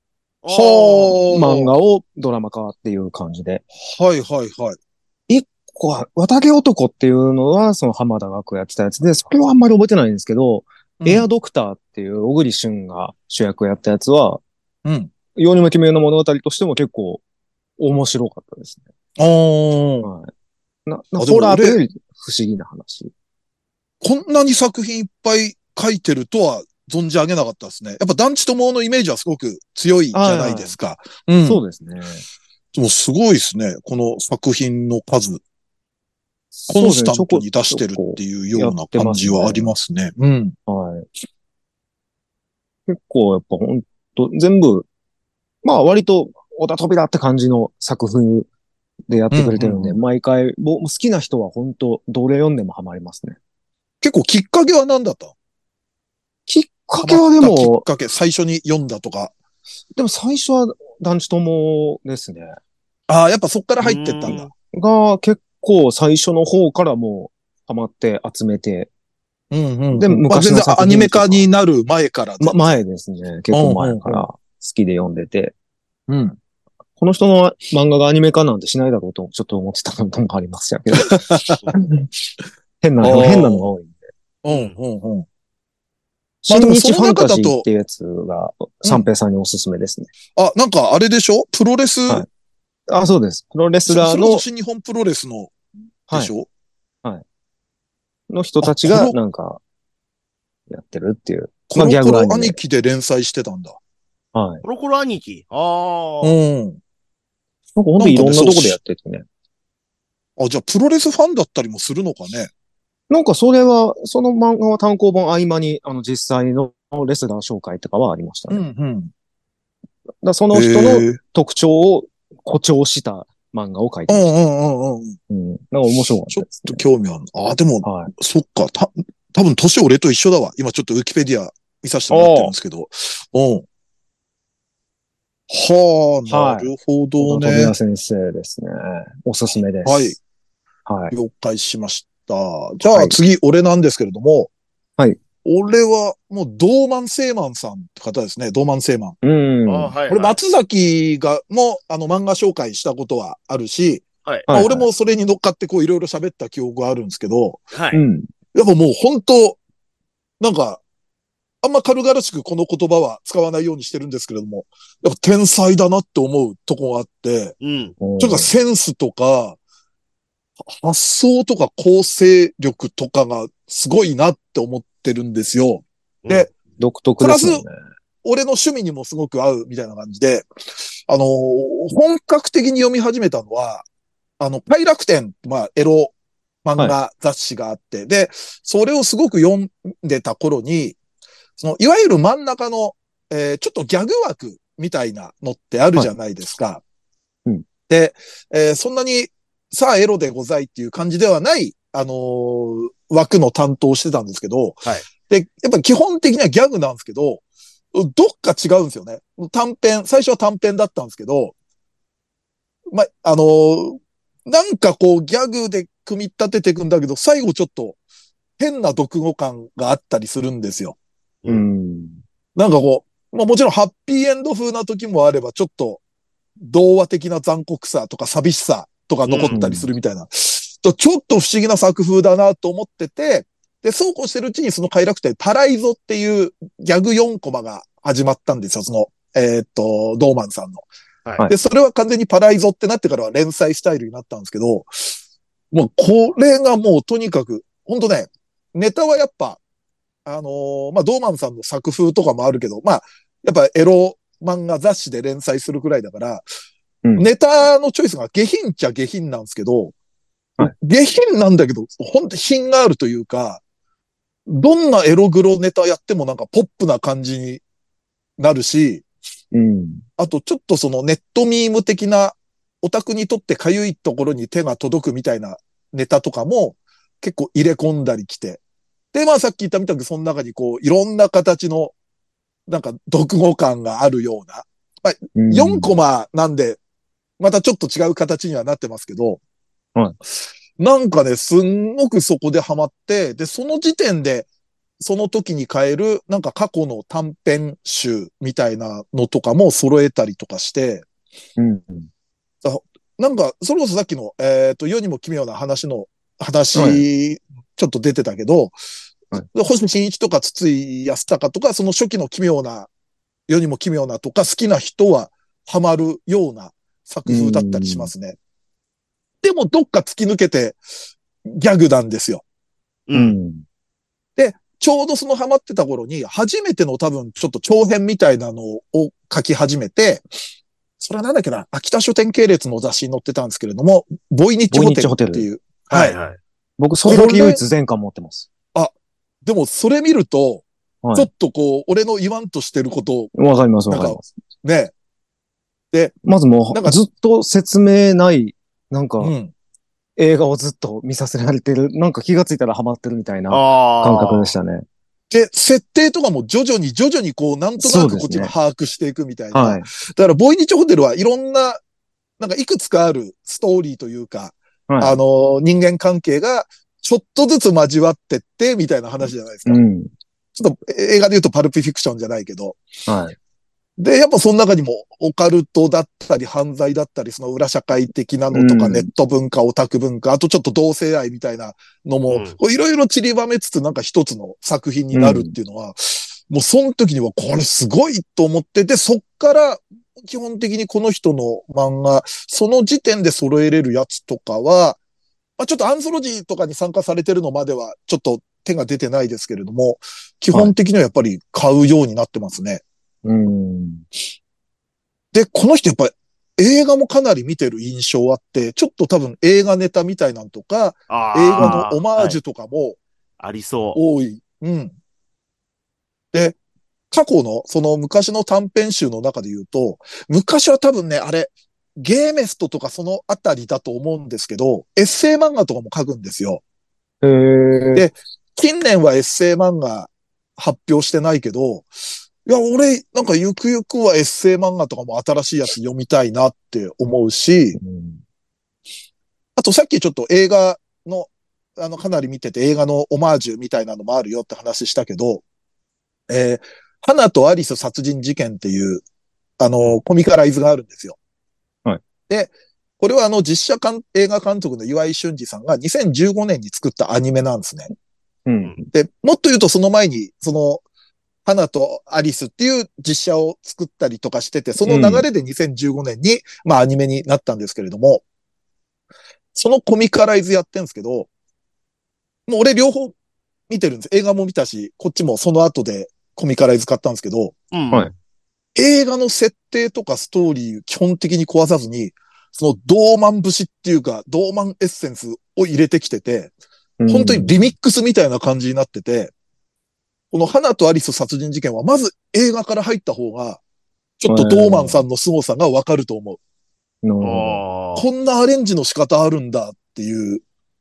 はあ。 漫画をドラマ化っていう感じで。 はいはいはい。 一個は、綿毛男っていうのは、その浜田学やってたやつで、それはあんまり覚えてないんですけど、 うん、 エアドクターっていう小栗旬が主役やったやつは、 うん。 世にも奇妙な物語としても結構面白かったですね。 ああ。 はい。な、なあでもホラーというより不思議な話。 こんなに作品いっぱい書いてるとは存じ上げなかったですね。やっぱ団地友のイメージはすごく強いじゃないですか。うん。 そうですね。 でもすごいですね。この作品の数。コンそうですね。 スタントに出してるっていうような感じはありますね。うん。 はい。結構やっぱほんと、全部、まあ割と、おた扉って感じの作風でやってくれてるんで、 うんうんうん、 毎回、僕好きな人は本当どれ読んでもハマりますね。 結構きっかけは何だった？ きっかけはでも、 きっかけ、最初に読んだとか。 でも最初は団地友ですね。 ああ、やっぱそっから入ってったんだ。 が結構最初の方からもうハマって集めて。 うんうん、うん。 で、昔のまあ、全然アニメ化になる前から。 ま、前ですね。結構前から好きで読んでて。 うん。 この人の漫画がアニメ化なんてしないだろうとちょっと思ってたのもありますけど。変なの、変なのが多いんで。 うんうんうん。 新日ファンタジーっていうやつが、三平さんにおすすめですね。 あ、なんかあれでしょ？プロレス、はい、 あ、そうです。プロレスラーの。 それこそ新日本プロレスの、でしょ？ はい。はい。の人たちが、なんか、やってるっていう。 コロコロ兄貴で連載してたんだ。 はい。 コロコロ兄貴。ああ。 うん。 なんかほんといろんなとこでやっててね。 あ、じゃあプロレスファンだったりもするのかね。 なんかそれは、その漫画は単行本合間に、あの実際のレスラー紹介とかはありましたね。 うんうん。 だその人の特徴を誇張した漫画を書いてました。 うんうんうんうん。 うん。なんか面白かったですね。ちょっと興味ある。あ、でも、はい、そっか。た、多分年俺と一緒だわ。今ちょっとウィキペディア見させてもらってるんですけど。うん。はあ、なるほどね。 富谷先生ですね。おすすめです。 はい。 はい。 了解しました。じゃあ次、はい、俺なんですけれども。 はい。 俺は、もう、ドーマン・セイマンさんって方ですね。ドーマン・セイマン。 うん。 あはいはい、 これ、松崎が、も、あの、漫画紹介したことはあるし、 はい。 まあ、俺もそれに乗っかって、こう、いろいろ喋った記憶があるんですけど、 はい。 やっぱもう、本当なんか、あんま軽々しくこの言葉は使わないようにしてるんですけれども、やっぱ天才だなって思うとこがあって、 うん。 とかセンスとか、発想とか構成力とかがすごいなって思ってるんですよ。で、うん、 独特ですね。 プラス、俺の趣味にもすごく合うみたいな感じで、あのー、本格的に読み始めたのは、あの、快楽天、まあ、エロ漫画雑誌があって、はい、で、それをすごく読んでた頃に、その、いわゆる真ん中の、えー、ちょっとギャグ枠みたいなのってあるじゃないですか。 はいうん、 で、えー、そんなに、さあエロでございっていう感じではない、あのー、枠の担当してたんですけど、 はい、 で、やっぱ基本的にはギャグなんですけど、どっか違うんですよね。短編、最初は短編だったんですけど、ま、あのー、なんかこうギャグで組み立てていくんだけど、最後ちょっと変な読語感があったりするんですよ。 うん。 なんかこう、まあもちろんハッピーエンド風な時もあれば、ちょっと童話的な残酷さとか寂しさとか残ったりするみたいな、うん、ちょっと不思議な作風だなと思ってて、で、そうこうしてるうちにその快楽天パライゾっていうギャグよんコマが始まったんですよ。その、えー、っと、ドーマンさんの。はい。で、それは完全にパライゾってなってからは連載スタイルになったんですけど、もうこれがもうとにかく、ほんとね、ネタはやっぱ、あのー、まあ、ドーマンさんの作風とかもあるけど、まあ、やっぱエロ漫画雑誌で連載するくらいだから、うん、ネタのチョイスが下品っちゃ下品なんですけど、はい、下品なんだけど、ほんと品があるというか、どんなエログロネタやってもなんかポップな感じになるし、 うん、 あとちょっとそのネットミーム的なオタクにとってかゆいところに手が届くみたいなネタとかも結構入れ込んだりきて。で、まあさっき言ったみたくその中にこういろんな形のなんか読語感があるような。まあ、よんコマなんでまたちょっと違う形にはなってますけど、 うん、 なんかね、すんごくそこでハマって、で、その時点でその時に買える、なんか過去の短編集みたいなのとかも揃えたりとかして、 うん。 なんか、それこそさっきの、えっと、世にも奇妙な話の話、 はちょっと出てたけど、 はい星新一とか筒井康隆とか、その初期の奇妙な、世にも奇妙なとか好きな人はハマるような作風だったりしますね。でもどっか突き抜けてギャグなんですよ。 う。 うんん。 ちょうどそのハマってた頃に、初めての多分ちょっと長編みたいなのを書き始めて、それはなんだっけな、秋田書店系列の雑誌に載ってたんですけれども、ボイニッチホテルっていう。はい。 はい。 僕、それだけ唯一全巻持ってます。 でもそれ見ると、 はいちょっとこう、俺の言わんとしてることをわかります、わなんかかります。 ね、 まずもう、 なんかずっと説明ない、なんか、 うん。 映画をずっと見させられてる、なんか気がついたらハマってるみたいなああ。 感覚でしたね。 で、設定とかも徐々に徐々にこう、なんとなくこっちが把握していくみたいな。 はい。 だから、ボイニッチホテルはいろんな、なんかいくつかあるストーリーというか、 はい。 あの、人間関係がちょっとずつ交わってって、みたいな話じゃないですか。 うん。 ちょっと映画で言うとパルプフィクションじゃないけど。 はい。 で、やっぱその中にもオカルトだったり犯罪だったり、その裏社会的なのとか、 うんネット文化、オタク文化、あとちょっと同性愛みたいなのも、いろいろ散りばめつつなんか一つの作品になるっていうのは、もうその時にはこれすごいと思ってて、そっから基本的にこの人の漫画、その時点で揃えれるやつとかは、まあ、ちょっとアンソロジーとかに参加されてるのまではちょっと手が出てないですけれども、基本的にはやっぱり買うようになってますね。 うん。 で、この人やっぱり映画もかなり見てる印象あって、ちょっと多分映画ネタみたいなんとか、 あ映画のオマージュ。 ュとかもありそう。 多い。うん。で、過去のその昔の短編集の中で言うと、昔は多分ね、あれ、ゲーメストとかそのあたりだと思うんですけど、エッセイ漫画とかも書くんですよ。 へー。 で近年はエッセイ漫画発表してないけど、いや、俺、なんかゆくゆくはエッセイ漫画とかも新しいやつ読みたいなって思うし、 うんあとさっきちょっと映画の、あの、かなり見てて映画のオマージュみたいなのもあるよって話したけど、えー、花とアリス殺人事件っていう、あの、コミカライズがあるんですよ。 はい。 で、これはあの、実写監映画監督の岩井俊二さんがにせんじゅうごねんに作ったアニメなんですね。 うん。 で、もっと言うとその前に、その、花とアリスっていう実写を作ったりとかしてて、その流れでにせんじゅうごねんに、まあアニメになったんですけれども、そのコミカライズやってんですけど、もう俺両方見てるんです。映画も見たし、こっちもその後でコミカライズ買ったんですけど、 うん。 はい映画の設定とかストーリー基本的に壊さずに、そのドーマン節っていうか、ドーマンエッセンスを入れてきてて、本当にリミックスみたいな感じになってて、この花とアリス殺人事件はまず映画から入った方が、ちょっとドーマンさんの凄さがわかると思う。 のあこんなアレンジの仕方あるんだっていう。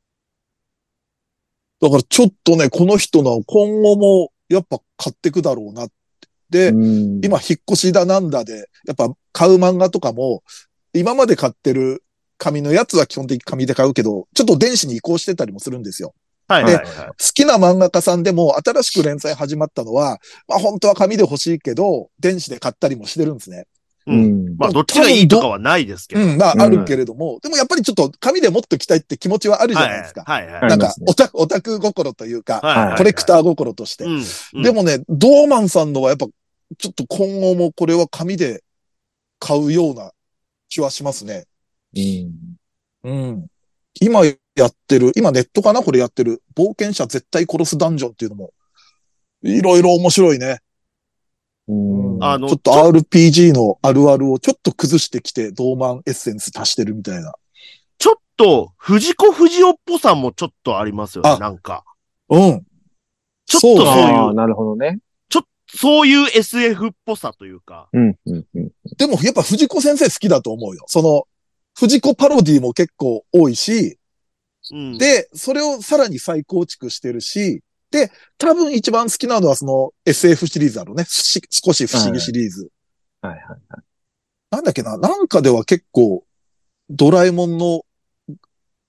だからちょっとね、この人の今後もやっぱ買ってくだろうなって。で、 うん今引っ越しだなんだで、やっぱ買う漫画とかも、今まで買ってる紙のやつは基本的に紙で買うけど、ちょっと電子に移行してたりもするんですよ。 はいはいはい。 好きな漫画家さんでも新しく連載始まったのは、まあ本当は紙で欲しいけど、電子で買ったりもしてるんですね。 う。 うんん。 まあ、どっちがいいとかはないですけど。 うん、まあうんあるけれども、でもやっぱりちょっと紙でもっと着たいって気持ちはあるじゃないですか。 はいはいはい。 なんかありますねオタク、オタク心というか、 はいはいはいコレクター心として。 うんうんでもね、ドーマンさんのはやっぱ、ちょっと今後もこれは紙で買うような気はしますね。 うん。 うん。今やってる、今ネットかなこれやってる、冒険者絶対殺すダンジョンっていうのも、いろいろ面白いね。 うん。 あのちょっと アールピージー のあるあるをちょっと崩してきて、ドーマンエッセンス足してるみたいな。 ちょっと、藤子不二雄っぽさもちょっとありますよね、 あなんか。 うん。 ちょっとそうそういうああ、なるほどね。 ちょっと、そういう エスエフ っぽさというか。 うん。うん。うん。 でもやっぱ藤子先生好きだと思うよ。その、藤子パロディも結構多いし、 うん、 で、それをさらに再構築してるし、で、多分一番好きなのはその エスエフ シリーズあるね。し少し不思議シリーズ。 はいはい。 なんだっけななんかでは結構、ドラえもんの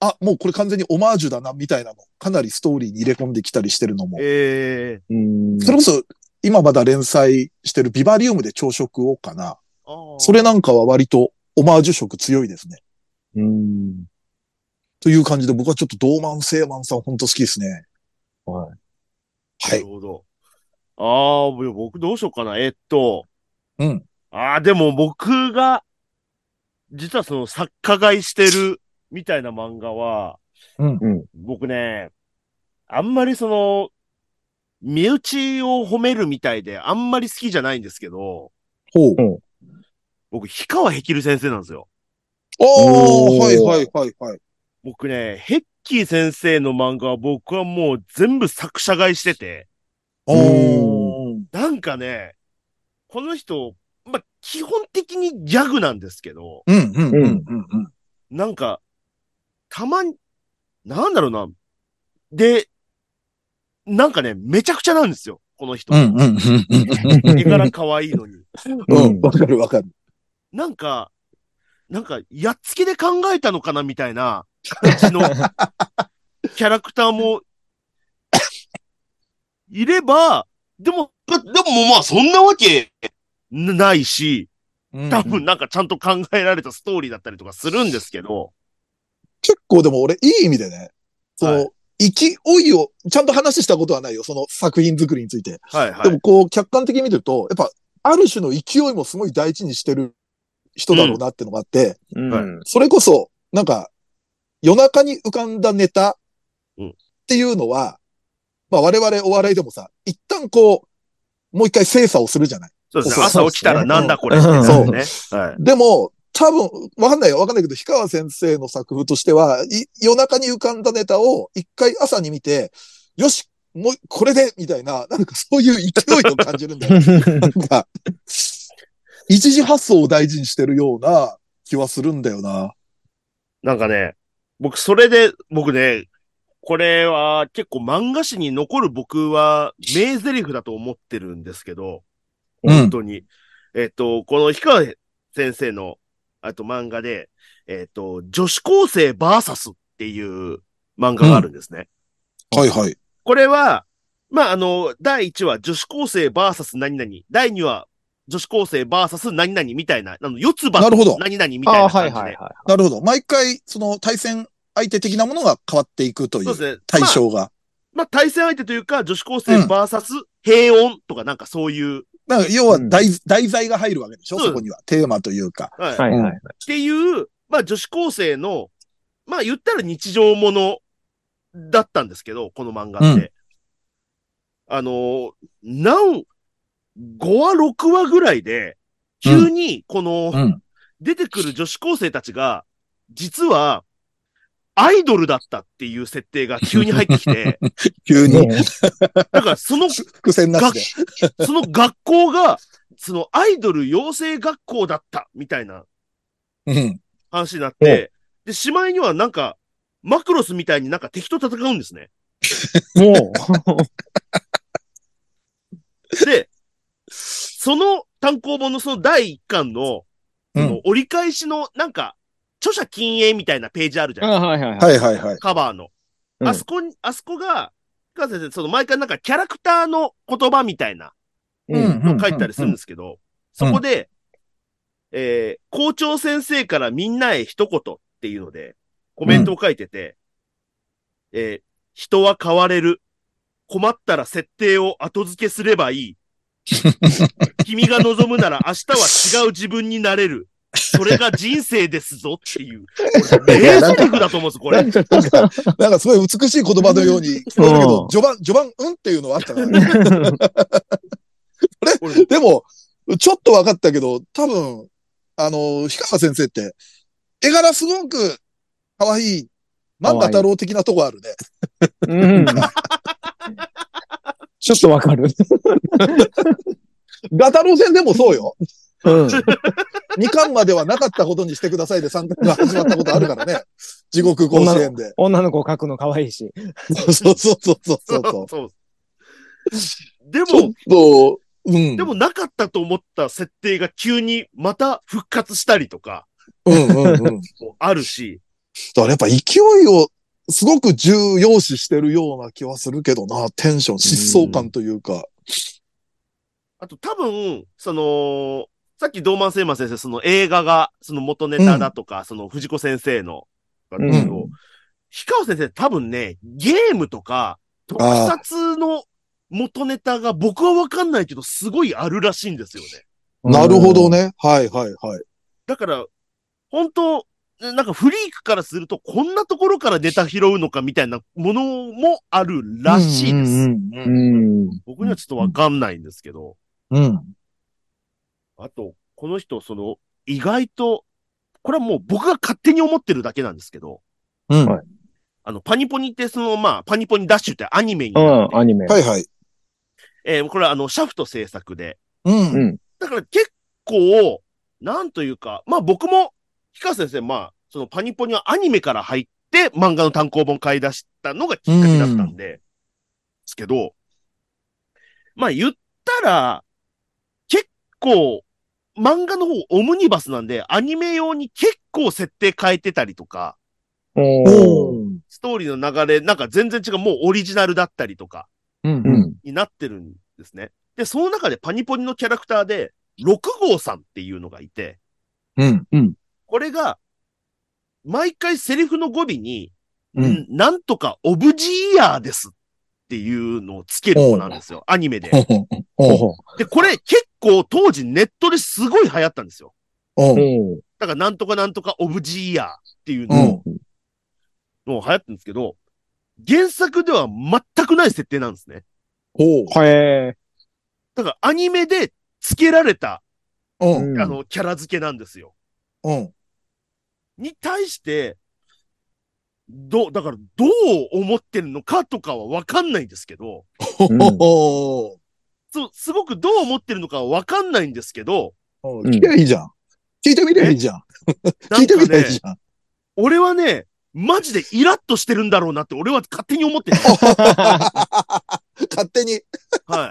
あ、もうこれ完全にオマージュだな、みたいなの、かなりストーリーに入れ込んできたりしてるのも。 ええうん。 それこそ、今まだ連載してるビバリウムで朝食をかな。 ー。 それなんかは割とオマージュ色強いですね。 うん。 という感じで僕はちょっとドーマン・セーマンさん本当好きですね。 はい。 はないる。ほど。ああ、僕どうしようかな。えっと。 うん。 ああ、でも僕が、実はその作家買いしてるみたいな漫画は、 うん。 うん。 僕ね、あんまりその、身内を褒めるみたいで、あんまり好きじゃないんですけど、 ほう。 僕、氷川ヘキル先生なんですよ。 ああ、 おーはいはいはいはい。 僕ね、ヘッキー先生の漫画は僕はもう全部作者買いしてて、 おー。 なんかね、この人、まあ、基本的にギャグなんですけど、 うんうんうんうんうん。 なんか、たまに、なんだろうな。で、なんかね、めちゃくちゃなんですよ、この人。 うんうんうんうん。 絵柄可愛いのに。 うん、わかるわかる。 なんか、なんか、やっつけで考えたのかなみたいな感じのキャラクターもいれば、でも、でもまあそんなわけないし、多分なんかちゃんと考えられたストーリーだったりとかするんですけど。 結構でも俺いい意味でね、その、 はい勢いを、ちゃんと話したことはないよ、その作品作りについて。 はいはい。 でもこう、客観的に見てると、やっぱ、ある種の勢いもすごい大事にしてる人だろうなってのがあって、 うん。 それこそ、なんか、夜中に浮かんだネタっていうのは、まあ我々お笑いでもさ、一旦こう、もう一回精査をするじゃない。 そうですね。 そう朝起きたらなんだこれってなるね。はい。 でも、多分、わかんないよ。わかんないけど、氷川先生の作風としては、い夜中に浮かんだネタを一回朝に見て、よし、もう、これでみたいな、なんかそういう勢いを感じるんだよ。なんか、一時発想を大事にしてるような気はするんだよな。 なんかね、僕それで、僕ね、これは結構漫画史に残る僕は名台詞だと思ってるんですけど、 うん本当に。えっと、この氷川先生の、あと漫画で、えっと、女子高生バーサスっていう漫画があるんですね。 はいはい。 これは、まあ、あの、だいいちわ女子高生バーサス何々、だいにわ女子高生バーサス何々みたいな、あの、四つ葉なるほどと何々みたいな感じで。 はいはいはい。 なるほど。毎回、その対戦相手的なものが変わっていくというそうですね。 対象が。 まあ、対戦相手というか、女子高生バーサス平穏とかなんかそういう。 なんか要は題、題材が入るわけでしょ、 そうそこには。テーマというか。 はい。 はいはい。 っていう、まあ女子高生の、まあ言ったら日常ものだったんですけど、この漫画って。 うんあの、何、ごわ、ろくわぐらいで、急にこの、 うん。 出てくる女子高生たちが、実は、アイドルだったっていう設定が急に入ってきて、 急に。 だからその伏線なしで。 その学校が、そのアイドル養成学校だった、みたいなうん。 話になって、で、しまいにはなんか、マクロスみたいになんか敵と戦うんですね。 もで、その単行本のそのだいいっかんの、その折り返しのなんか、著者禁煙みたいなページあるじう。 ゃないあはいはいはいはいはい。 カバーの。 うんあそこに、あそこが、か先生、その毎回なんかキャラクターの言葉みたいなうん。 の書いてたりするんですけど、そこで、えー、校長先生からみんなへ一言っていうので、コメントを書いてて、えー、人は変われる。困ったら設定を後付けすればいい。君が望むなら明日は違う自分になれる。それが人生ですぞっていう。名台詞だと思うんです、これ。 なんか、なんかすごい美しい言葉のように聞こえるけど、序盤、序盤、うんっていうのはあったからね。これ、でも、ちょっと分かったけど、多分、あの、氷川先生って、絵柄すごく可愛い、万田太郎的なとこあるね。 うん。ちょっとわかる。 ガタロウ戦でもそうよ。 うん。 にかんまではなかったことにしてくださいでさんかんが始まったことあるからね。地獄甲子園で。 女の子を描くの可愛いし。 そうそうそうそうそうそう。 そう。でちょっも、 と、うん。 でもなかったと思った設定が急にまた復活したりとか、 うんうんうん。 もあるし、 だからやっぱ勢いをすごく重要視してるような気はするけどな、テンション、疾走感というか。 あと多分、その、さっきドーマン・セイマン先生、その映画が、その元ネタだとか、うん、その藤子先生の、なんですけど、うん、氷川先生多分ね、ゲームとか、特撮の元ネタが僕はわかんないけど、すごいあるらしいんですよね。 なるほどね。はいはいはい。 だから、本当なんかフリークからすると、こんなところからネタ拾うのかみたいなものもあるらしいです。僕にはちょっとわかんないんですけど。 うん。 あと、この人、その、意外と、これはもう僕が勝手に思ってるだけなんですけど、 うん。 あの、パニポニってその、まあ、パニポニダッシュってアニメになって、 うん、アニメ。 はいはい。 えー、これはあの、シャフト制作で。 うん。 だから結構、なんというか、まあ僕も、氷川先生、まあ、そのパニポニはアニメから入って漫画の単行本買い出したのがきっかけだったんで、ですけど、まあ言ったら、結構、漫画の方オムニバスなんで、アニメ用に結構設定変えてたりとか、ストーリーの流れ、なんか全然違う、もうオリジナルだったりとか、になってるんですね。で、その中でパニポニのキャラクターで、ろく号さんっていうのがいて、 うんうん、 これが、毎回セリフの語尾に、 うん、 なんとかオブジーイヤーですっていうのをつける子なんですよ。アニメで。で、これ結構当時ネットですごい流行ったんですよ。だからなんとかなんとかオブジーイヤーっていうのを、もう流行ってるんですけど、原作では全くない設定なんですね。 へー。 だからアニメで付けられた、 うん、 あの、キャラ付けなんですよ。 うん。 に対して、どう、だからどう思ってるのかとかはわかんないんですけど、 うん、 そう、すごくどう思ってるのかはわかんないんですけど、 聞きゃいいじゃん。聞いてみりゃいいじゃん。聞いてみりゃいいじゃん。 俺はね、マジでイラッとしてるんだろうなって俺は勝手に思ってる。 勝手に。 はい。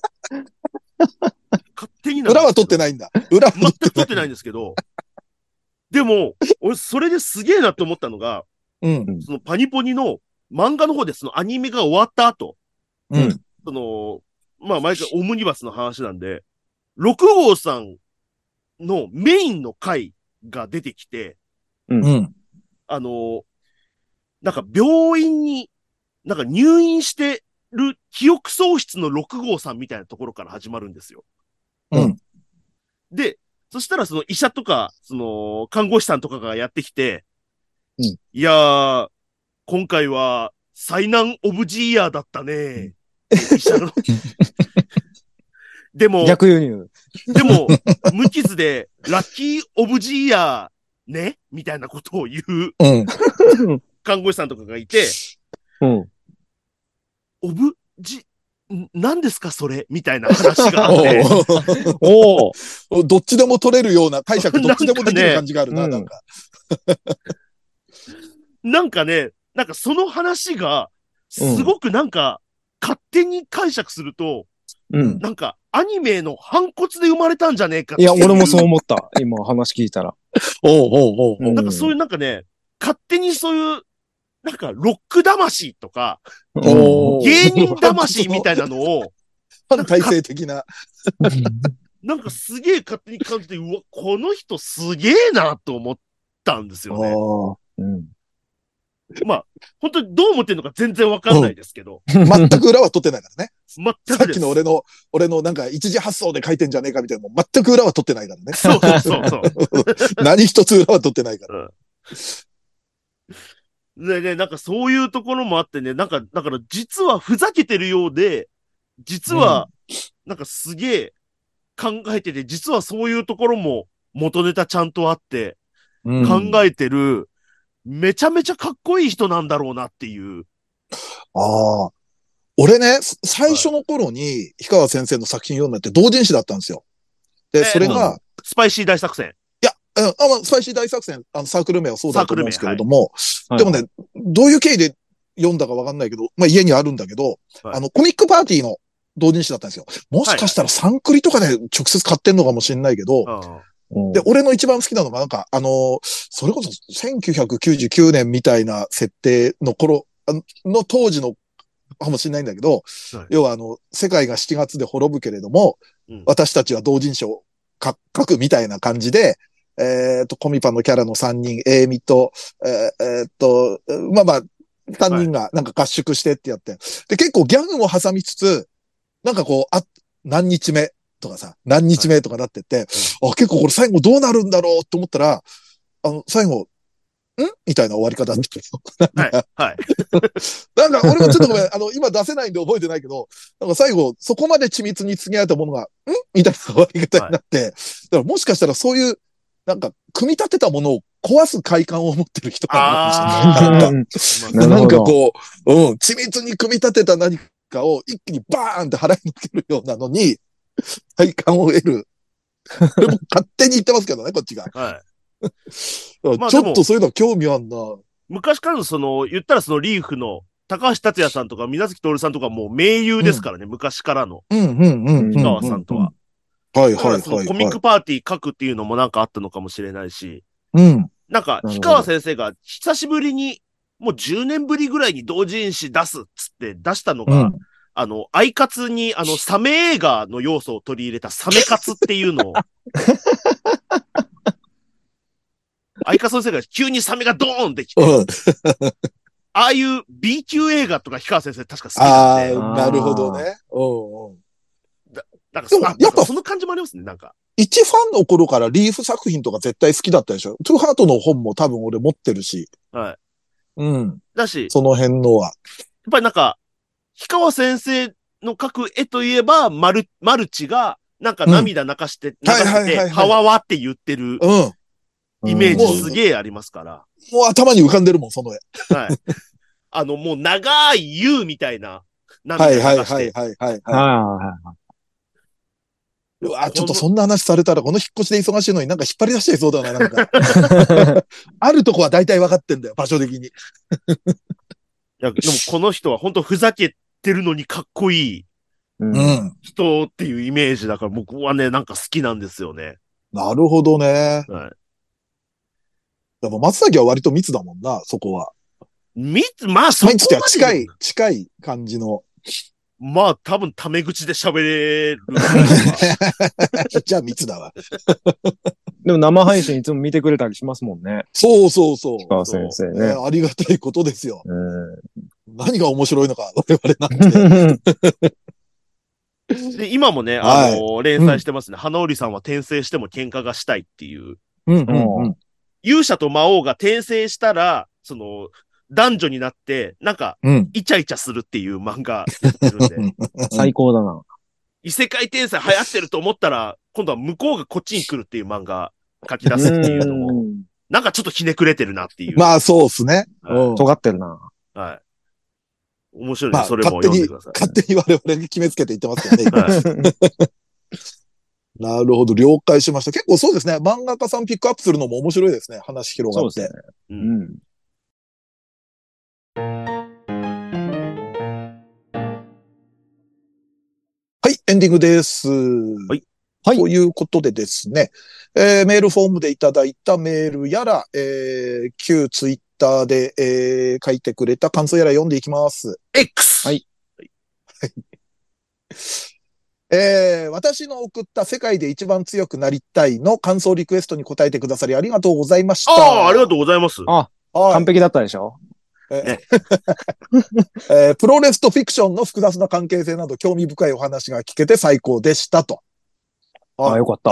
勝手になん裏は取ってないんだ。裏は全く取ってないんですけど、でも、俺それですげえなって思ったのが、 うん、 そのパニポニの漫画の方でそのアニメが終わった後、 うん、 その、まあ毎回オムニバスの話なんで、ろく号さんのメインの回が出てきて、 うん、 あの、なんか病院に、なんか入院してる記憶喪失のろく号さんみたいなところから始まるんですよ。 うん。 で、そしたらその医者とか、その看護師さんとかがやってきて、 うん、いやー、今回は災難オブジーイヤーだったね。医者のでも、 逆輸入。 でも、無傷でラッキーオブジーイヤーねみたいなことを言う、 うん、 看護師さんとかがいて、 うん、 オブジ、何ですかそれみたいな話があって。 おおどっちでも取れるような解釈、どっちでもできる感じがあるな、なんか。 なんかね、なんかその話が、すごくなんか、勝手に解釈すると、 うん、 なんか、アニメの反骨で生まれたんじゃねえかっていや、俺もそう思った。今話聞いたら。 おうおうおう、 なんかそういうなんかね、勝手にそういう、なんかロック魂とか、 お芸人魂みたいなのを、 反体制的な。 なんかすげえ勝手に感じて、うわ、この人すげえなと思ったんですよね。 うん、 まあ、本当にどう思ってるのか全然わかんないですけど。 うん、全く裏は取ってないからね。 全くさっきの俺の、俺のなんか一時発想で書いてんじゃねえかみたいなのも全く裏は取ってないからね。 そうそうそう。 何一つ裏は取ってないから。うんでね、なんかそういうところもあってね、なんか、だから実はふざけてるようで、実は、なんかすげえ考えてて、実はそういうところも元ネタちゃんとあって、考えてる、めちゃめちゃかっこいい人なんだろうなっていう。 ああ。俺ね、最初の頃に氷川先生の作品読んだって同人誌だったんですよ。で、それが、 スパイシー大作戦。 うん、あ、まあ、スパイシー大作戦、あの、サークル名はそうだと思うんですけれども、はい、でもね、どういう経緯で読んだかわかんないけど、まあ、家にあるんだけど、はい、あの、コミックパーティーの同人誌だったんですよ。もしかしたらサンクリとかで直接買ってんのかもしれないけど、はい、 で、俺の一番好きなのがなんか、あのー、それこそせんきゅうひゃくきゅうじゅうきゅうねんみたいな設定の頃、の当時のかもしれないんだけど、はい、要はあの、世界がしちがつで滅ぶけれども、うん、私たちは同人誌を書くみたいな感じで、えっと、コミパのキャラのさんにん、エイミと、えー、えー、っと、まあまあ、さんにんがなんか合宿してってやって、はい、で、結構ギャグも挟みつつ、なんかこう、あ、何日目とかさ、何日目とかなってって、はい、あ、結構これ最後どうなるんだろうと思ったら、あの、最後、んみたいな終わり方になってはい。はい。 なんか、俺もちょっとごめん、あの、今出せないんで覚えてないけど、なんか最後、そこまで緻密に継ぎ合えたものが、んみたいな終わり方になって、はい、だからもしかしたらそういう、なんか、組み立てたものを壊す快感を持ってる人なのかもしれない。なんか、なんかこう、うん、緻密に組み立てた何かを一気にバーンって払いのけるようなのに、快感を得る。でも勝手に言ってますけどね、こっちが。 はい。 まあ、ちょっとそういうの興味あんな。 昔からのその、言ったらそのリーフの高橋達也さんとか水崎徹さんとかもう盟友ですからね、うん、昔からの。 うんうんうんうん。 氷川さんとは。 はいはいはい、 そのコミックパーティー書くっていうのもなんかあったのかもしれないし。 うん。 なんか、氷川先生が久しぶりに、もうじゅうねんぶりぐらいに同人誌出すっつって出したのが、うん、あの、アイカツにあの、サメ映画の要素を取り入れたサメカツっていうのを、アイカツ先生が急にサメがドーンってきて、うん、ああいう B 級映画とか氷川先生確か好きなんで。 ああ、なるほどね。うんうん。 だなんかそ、やっぱその感じもありますね、なんか。 一ファンの頃からリーフ作品とか絶対好きだったでしょ。トゥーハートの本も多分俺持ってるし。 はい。 うん。 だし、 その辺のは。やっぱりなんか、氷川先生の描く絵といえば、マル、マルチが、なんか涙流して、うん、流してて、はわわって言ってる。うん。イメージすげえありますから。 もう頭に浮かんでるもん、その絵。 はい。あの、もう長い U みたいな涙流して。 はいはいはいはいはい、はい。 はうわ、ちょっとそんな話されたら、この引っ越しで忙しいのになんか引っ張り出しちゃいそうだな、なんか。あるとこは大体分かってんだよ、場所的に。いや、でもこの人は本当ふざけてるのにかっこいい人っていうイメージだから、僕はね、なんか好きなんですよね。 なるほどね。 はい。 でも松崎は割と密だもんな、そこは。 密まあ、そこまで。 密っては近い、近い感じの。 まあ、多分、タメ口で喋れる。 じゃあ、密だわ。 でも、生配信いつも見てくれたりしますもんね。 そうそうそう。 氷川先生ね、 えー。ありがたいことですよ。 えー、 何が面白いのか、我々なんて。 で、今もね、あのーはい、連載してますね。うん、花織さんは転生しても喧嘩がしたいっていう。 うんうんうん、 勇者と魔王が転生したら、その、男女になって、なんか、イチャイチャするっていう漫画やってるんで。うん、 最高だな。 異世界転生流行ってると思ったら、今度は向こうがこっちに来るっていう漫画書き出すっていうのも、なんかちょっとひねくれてるなっていう。 まあそうっすね。 はい、尖ってるな。 はい。面白いね、まあ、それも読んでください。 勝手に、勝手に我々に決めつけて言ってますけどね。はいなるほど、了解しました。結構そうですね。漫画家さんピックアップするのも面白いですね。話広がって。そうですね。うん。はい、エンディングです。 はい。 はい。ということでですね、えー、メールフォームでいただいたメールやら、えー、旧ツイッターで、えー、書いてくれた感想やら読んでいきます。 X! はい。 はいえー、私の送った世界で一番強くなりたいの感想リクエストに答えてくださりありがとうございました。 ああ、ありがとうございます。 あ、はい、完璧だったでしょ、 えーえー、プロレスとフィクションの複雑な関係性など興味深いお話が聞けて最高でしたと。 ああ、よかった。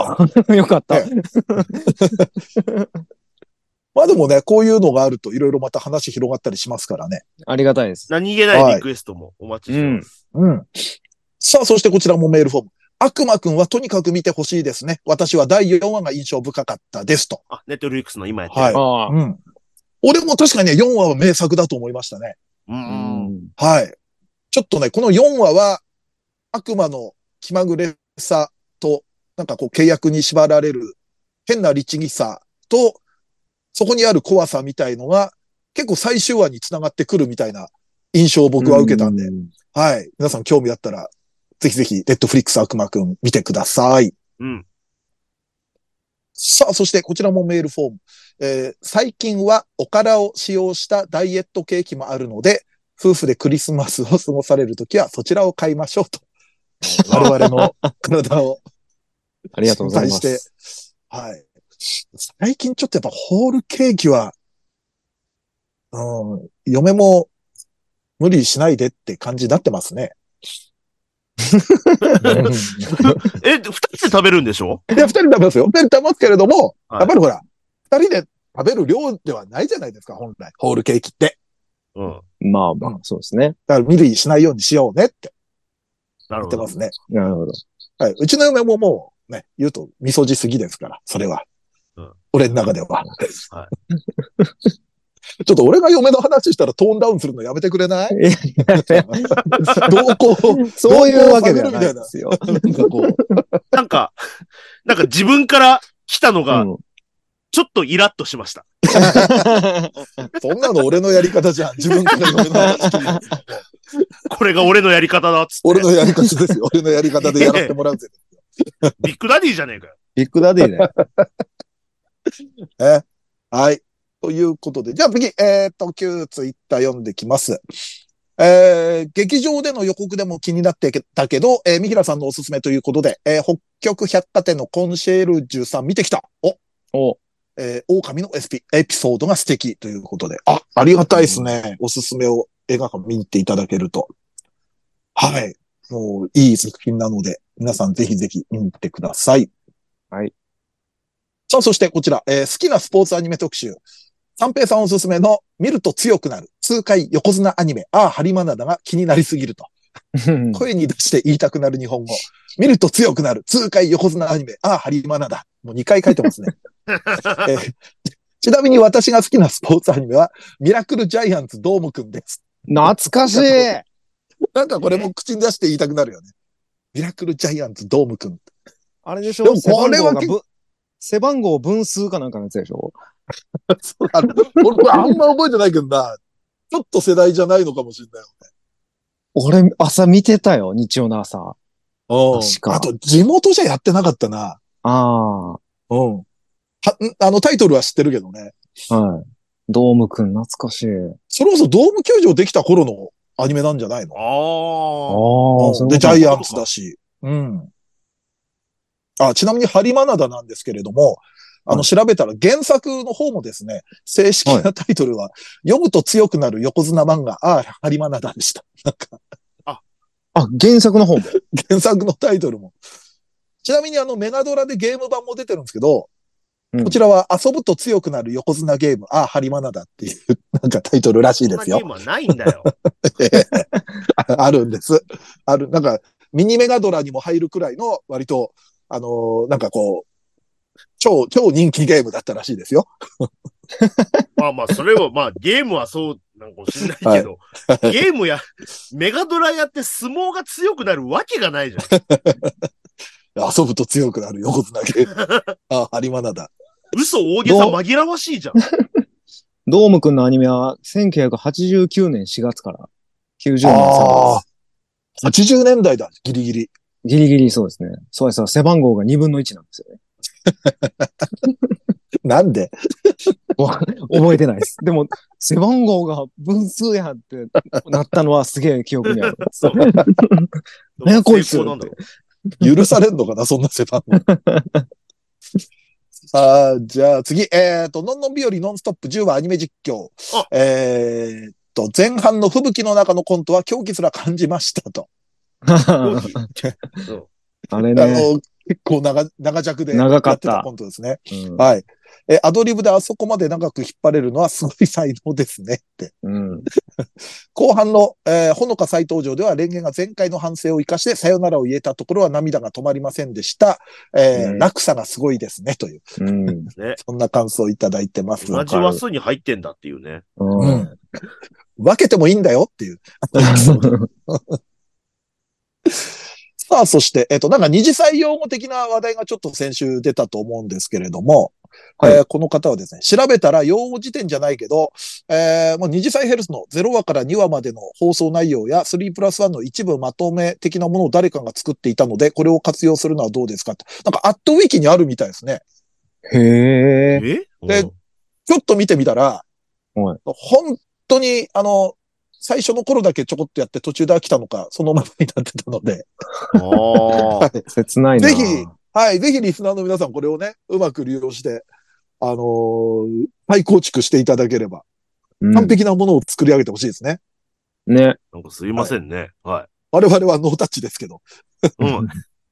よかった。えー、まあでもね、こういうのがあるといろいろまた話広がったりしますからね。 ありがたいです。 何気ないリクエストもお待ちしてます。 はい、うん。うんさあ、そしてこちらもメールフォーム。悪魔くんはとにかく見てほしいですね。私はだいよんわが印象深かったですと。 あ、ネットフリックスの今やってる。 はい。あうん。俺も確かにね、よんわは名作だと思いましたね。 うん。 はい。ちょっとね、このよんわは悪魔の気まぐれさと、なんかこう契約に縛られる変な律儀さと、そこにある怖さみたいのが結構最終話に繋がってくるみたいな印象を僕は受けたんで。んはい。皆さん興味あったら、ぜひぜひ、ネットフリックス悪魔くん見てください。 うん。 さあ、そしてこちらもメールフォーム。えー最近はおからを使用したダイエットケーキもあるので、夫婦でクリスマスを過ごされるときはそちらを買いましょうと。我々の体をありがとうございま心配す。 して。はい。最近ちょっとやっぱホールケーキは、うん、嫁も無理しないでって感じになってますね。 え、二人で食べるんでしょ？ いや、二人食べますよ。二人食べますけれども、 はいやっぱりほら、二人で食べる量ではないじゃないですか、本来。ホールケーキって。 うん。 まあまあ、そうですね。 だから無理しないようにしようねってなるほど言ってま。すね。 なるほど。 はい。うちの嫁ももうね、言うと味噌汁すぎですから、それは。 うん俺の中では。 はちょっと俺が嫁の話したらトーンダウンするのやめてくれない？ いやいやいどうこう、 やそういうわけではないどうこう下げるみたいな。 ですよ。なんかこう。 なんか、なんか自分から来たのが、 うんちょっとイラッとしました。 そんなの俺のやり方じゃん。自分から嫁の話聞いてこれが俺のやり方だっつって。 俺のやり方ですよ。俺のやり方でやらせてもらうぜ。 ビッグダディじゃねえかよ。 ビッグダディだよ。 えはい。ということで、じゃあ次、えっ、と、旧ツイッター読んできます。えー、劇場での予告でも気になってたけど、えー、三平さんのおすすめということで、えー、北極百貨店のコンシェルジュさん見てきた。お、 お、 えー、狼のエスピエピソードが素敵ということで。あ、ありがたいですね。おすすめを映画館見に行っていただけると。はい。もういい作品なので、皆さんぜひぜひ見に行ってください。 はい。 さあ、そしてこちら、えー好きなスポーツアニメ特集。三平さんおすすめの見ると強くなる痛快横綱アニメ、ああ、ハリマナダが気になりすぎると。声に出して言いたくなる日本語。見ると強くなる痛快横綱アニメ、ああ、ハリマナダ。もうにかい書いてますね。えーちなみに私が好きなスポーツアニメは、ミラクルジャイアンツドームくんです。 懐かしい。 なんかこれも口に出して言いたくなるよね。ミラクルジャイアンツドームくん。 あれでしょ？ でもこれは背番号がぶ背番号分数かなんかのやつでしょ？ そうあの俺あんま覚えてないけどな。ちょっと世代じゃないのかもしれないよね。 俺、朝見てたよ、日曜の朝。 うん確かあと、地元じゃやってなかったな。 あうん。は、んあのタイトルは知ってるけどね。 あ、はい。ドームくん懐かしい。 それこそドーム球場できた頃のアニメなんじゃないの？ ああ。 ああ、 うんで、 そういうことジャイアンツだし。うん。あ、ちなみにハリマナダなんですけれども、あの、 はい調べたら原作の方もですね、正式なタイトルは、読むと強くなる横綱漫画、ああ、ハリマナダでした。なんか、 あ、原作の方も。 原作のタイトルも。ちなみにあの、メガドラでゲーム版も出てるんですけど、 うんこちらは遊ぶと強くなる横綱ゲーム、ああ、ハリマナダっていう、なんかタイトルらしいですよそんなゲー。ムはないんだよ。 ああるんです。ある、なんか、ミニメガドラにも入るくらいの、割と、あのーなんかこう、超、超人気ゲームだったらしいですよ。 まあまあ、それを、まあ、ゲームはそうなのかもしれないけど、ゲームや、メガドラやって相撲が強くなるわけがないじゃん。 遊ぶと強くなる横綱ゲーム。ああ、ハリマナダ。 嘘大げさ紛らわしいじゃん。 ドームくんのアニメはせんきゅうひゃくはちじゅうきゅうねんしがつからきゅうじゅうねんさんああがつ。、 はちじゅうねんだいだ、ギリギリ。 ギリギリそうですね。そうです。背番号がにぶんのいちなんですよね。 なんでわ覚えてないです。でも、背番号が分数やってなったのはすげえ記憶にある。 そう。 何やこいつ成功なんだろ許されんのかな、そんな背番号。ああ、じゃあ次、えっ、と、のんのん日和ノンストップじゅう話アニメ実況あ。 えっと、前半の吹雪の中のコントは狂気すら感じましたと。 う。 あれね。 あの、結構長、長尺でや長かってたたコントですね。 うんはい。え、アドリブであそこまで長く引っ張れるのはすごい才能ですねって。 うん。 後半の、えーほのか再登場では、レンゲが前回の反省を生かしてさよならを言えたところは涙が止まりませんでした。えーうん落差がすごいですね、という、 うん。 ね。 そんな感想をいただいてます。 同じ話数に入ってんだっていうね。 ううんん。分けてもいいんだよっていう。さあ、そして、えっ、と、なんか二次採用語的な話題がちょっと先週出たと思うんですけれども、 はいえーこの方はですね、調べたら用語辞典じゃないけど、えーもう二次採ヘルスのゼロわからにわまでの放送内容やスリープラスワンの一部まとめ的なものを誰かが作っていたので、これを活用するのはどうですかって。なんか、アットウィキにあるみたいですね。 へえ。 えでちょっと見てみたら、 はい本当に、あの、最初の頃だけちょこっとやって途中で飽きたのか、そのままになってたので、 ああ。 はい切ないな。 ぜひ、はい、ぜひリスナーの皆さんこれをね、うまく利用して、あのー再構築していただければ、 うん完璧なものを作り上げてほしいですね。 ね。 なんかすいませんね。は我々はノータッチですけど。 い。うん。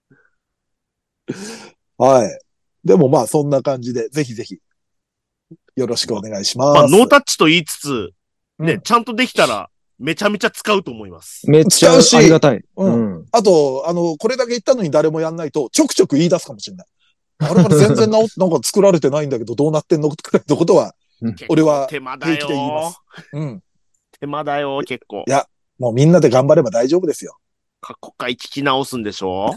はい。でもまあ、そんな感じで、ぜひぜひ、よろしくお願いします。 まあ、ノータッチと言いつつ、ね、 うんちゃんとできたら、めちゃめちゃ使うと思います。 めっちゃ使うしありがたい。 ううんん。 あと、あの、これだけ言ったのに誰もやんないと、ちょくちょく言い出すかもしれない。あれから全然直っなんか作られてないんだけど、どうなってんのくらいのことは、俺は手間だ平気で言いまよす。。うん。 手間だよ、結構い。や、もうみんなで頑張れば大丈夫ですよ。 過去回聞き直すんでしょ？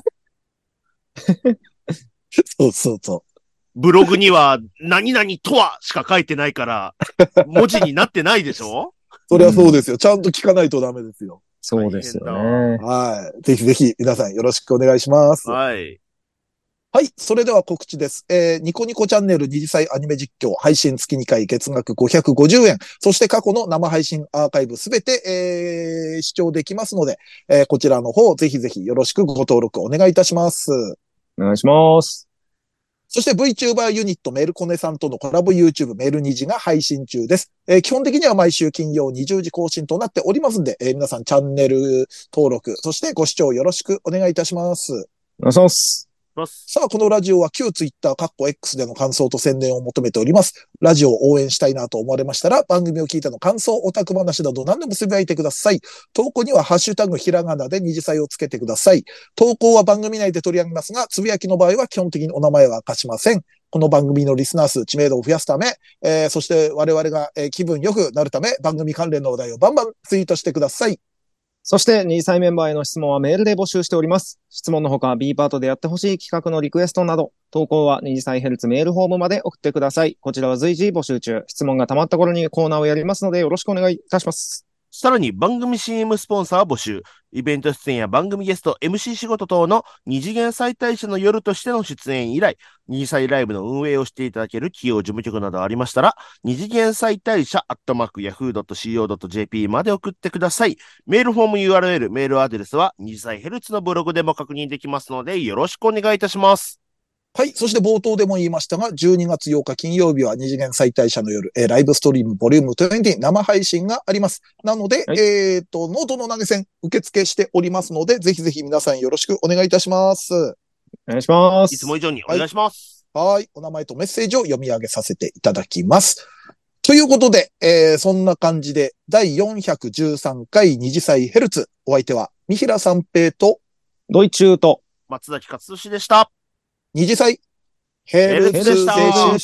そうそうそブログには、何々とはしか書いてないから、文字になってないでしょ？ う。それはそうですよ。ちゃんと聞かないとダメですよ。 そうですよ大変ね。 はい。ぜひぜひ、皆さんよろしくお願いします。 はい。 はい。それでは告知です。えー、ニコニコチャンネル二次祭アニメ実況配信月にかい月額ごひゃくごじゅうえん。そして過去の生配信アーカイブすべて、えー、視聴できますので、えー、こちらの方ぜひぜひよろしくご登録お願いいたします。 お願いします。 そして VTuber ユニットメルコネさんとのコラボ YouTube メルニジが配信中です。えー、基本的には毎週金曜にじゅうじ更新となっておりますんで、えー、皆さんチャンネル登録、そしてご視聴よろしくお願いいたします。 お願いします。 さあ、このラジオは旧 Twitter、カッコ X での感想と宣伝を求めております。ラジオを応援したいなと思われましたら、番組を聞いての感想、オタク話など何でもつぶやいてください。投稿にはハッシュタグひらがなで二次祭をつけてください。投稿は番組内で取り上げますが、つぶやきの場合は基本的にお名前は明かしません。この番組のリスナー数、知名度を増やすため、えー、そして我々が、えー、気分良くなるため、番組関連の話題をバンバンツイートしてください。 そして、にさいメンバーへの質問はメールで募集しております。質問のほか、B パートでやってほしい企画のリクエストなど、投稿はに次祭ヘルツメールフォームまで送ってください。こちらは随時募集中。質問が溜まった頃にコーナーをやりますので、よろしくお願いいたします。 さらに番組 シーエム スポンサー募集、イベント出演や番組ゲスト、エムシー 仕事等の二次元再大社の夜としての出演以来、二次祭ライブの運営をしていただける企業事務局などありましたら、二次元再大社アットマーク ヤフードットシーオードットジェーピー まで送ってください。メールフォーム ユーアールエル、メールアドレスは二次祭ヘルツのブログでも確認できますので、よろしくお願いいたします。 はい。そして冒頭でも言いましたが、じゅうにがつようか金曜日は二次元再大社の夜、えー、ライブストリームボリュームにじゅう生配信があります。なので、はい、えっと、ノートの投げ銭受付しておりますので、ぜひぜひ皆さんよろしくお願いいたします。お願いします。 いつも以上にお願いします。 はい。はい。お名前とメッセージを読み上げさせていただきます。ということで、えー、そんな感じで、だいよんひゃくじゅうさんかい二次祭ヘルツ、お相手は、三平三平と、 ドイチューと、 松崎勝利でした。 二次祭ヘルツでした。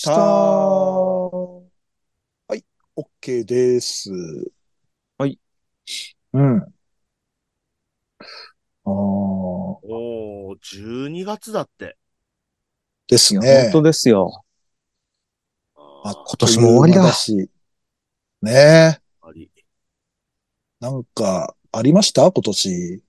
はい、OK です。 はい。 うん。ああ。 おー、じゅうにがつだって。 ですね。 本当ですよ。 あ、今年も終わりだし。ねえ。 あり。 なんか、ありました今年。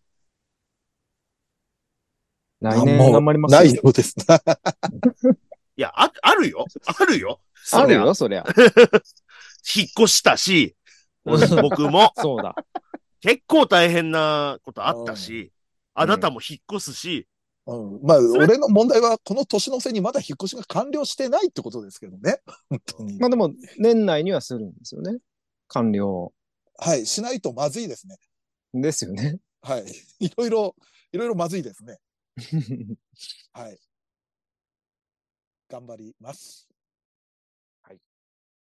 来年頑張りますよ。 ないようですな。 いや、あ、あるよ。あるよ。 あるよ、そりゃ。 引っ越したし、僕も。 そうだ。 結構大変なことあったし、あなたも引っ越すし。 うん、まあ、俺の問題は、この年の瀬にまだ引っ越しが完了してないってことですけどね。本当に。 まあでも、年内にはするんですよね。完了。 はい、しないとまずいですね。 ですよね。 はい。いろいろ、いろいろまずいですね。はい。頑張ります。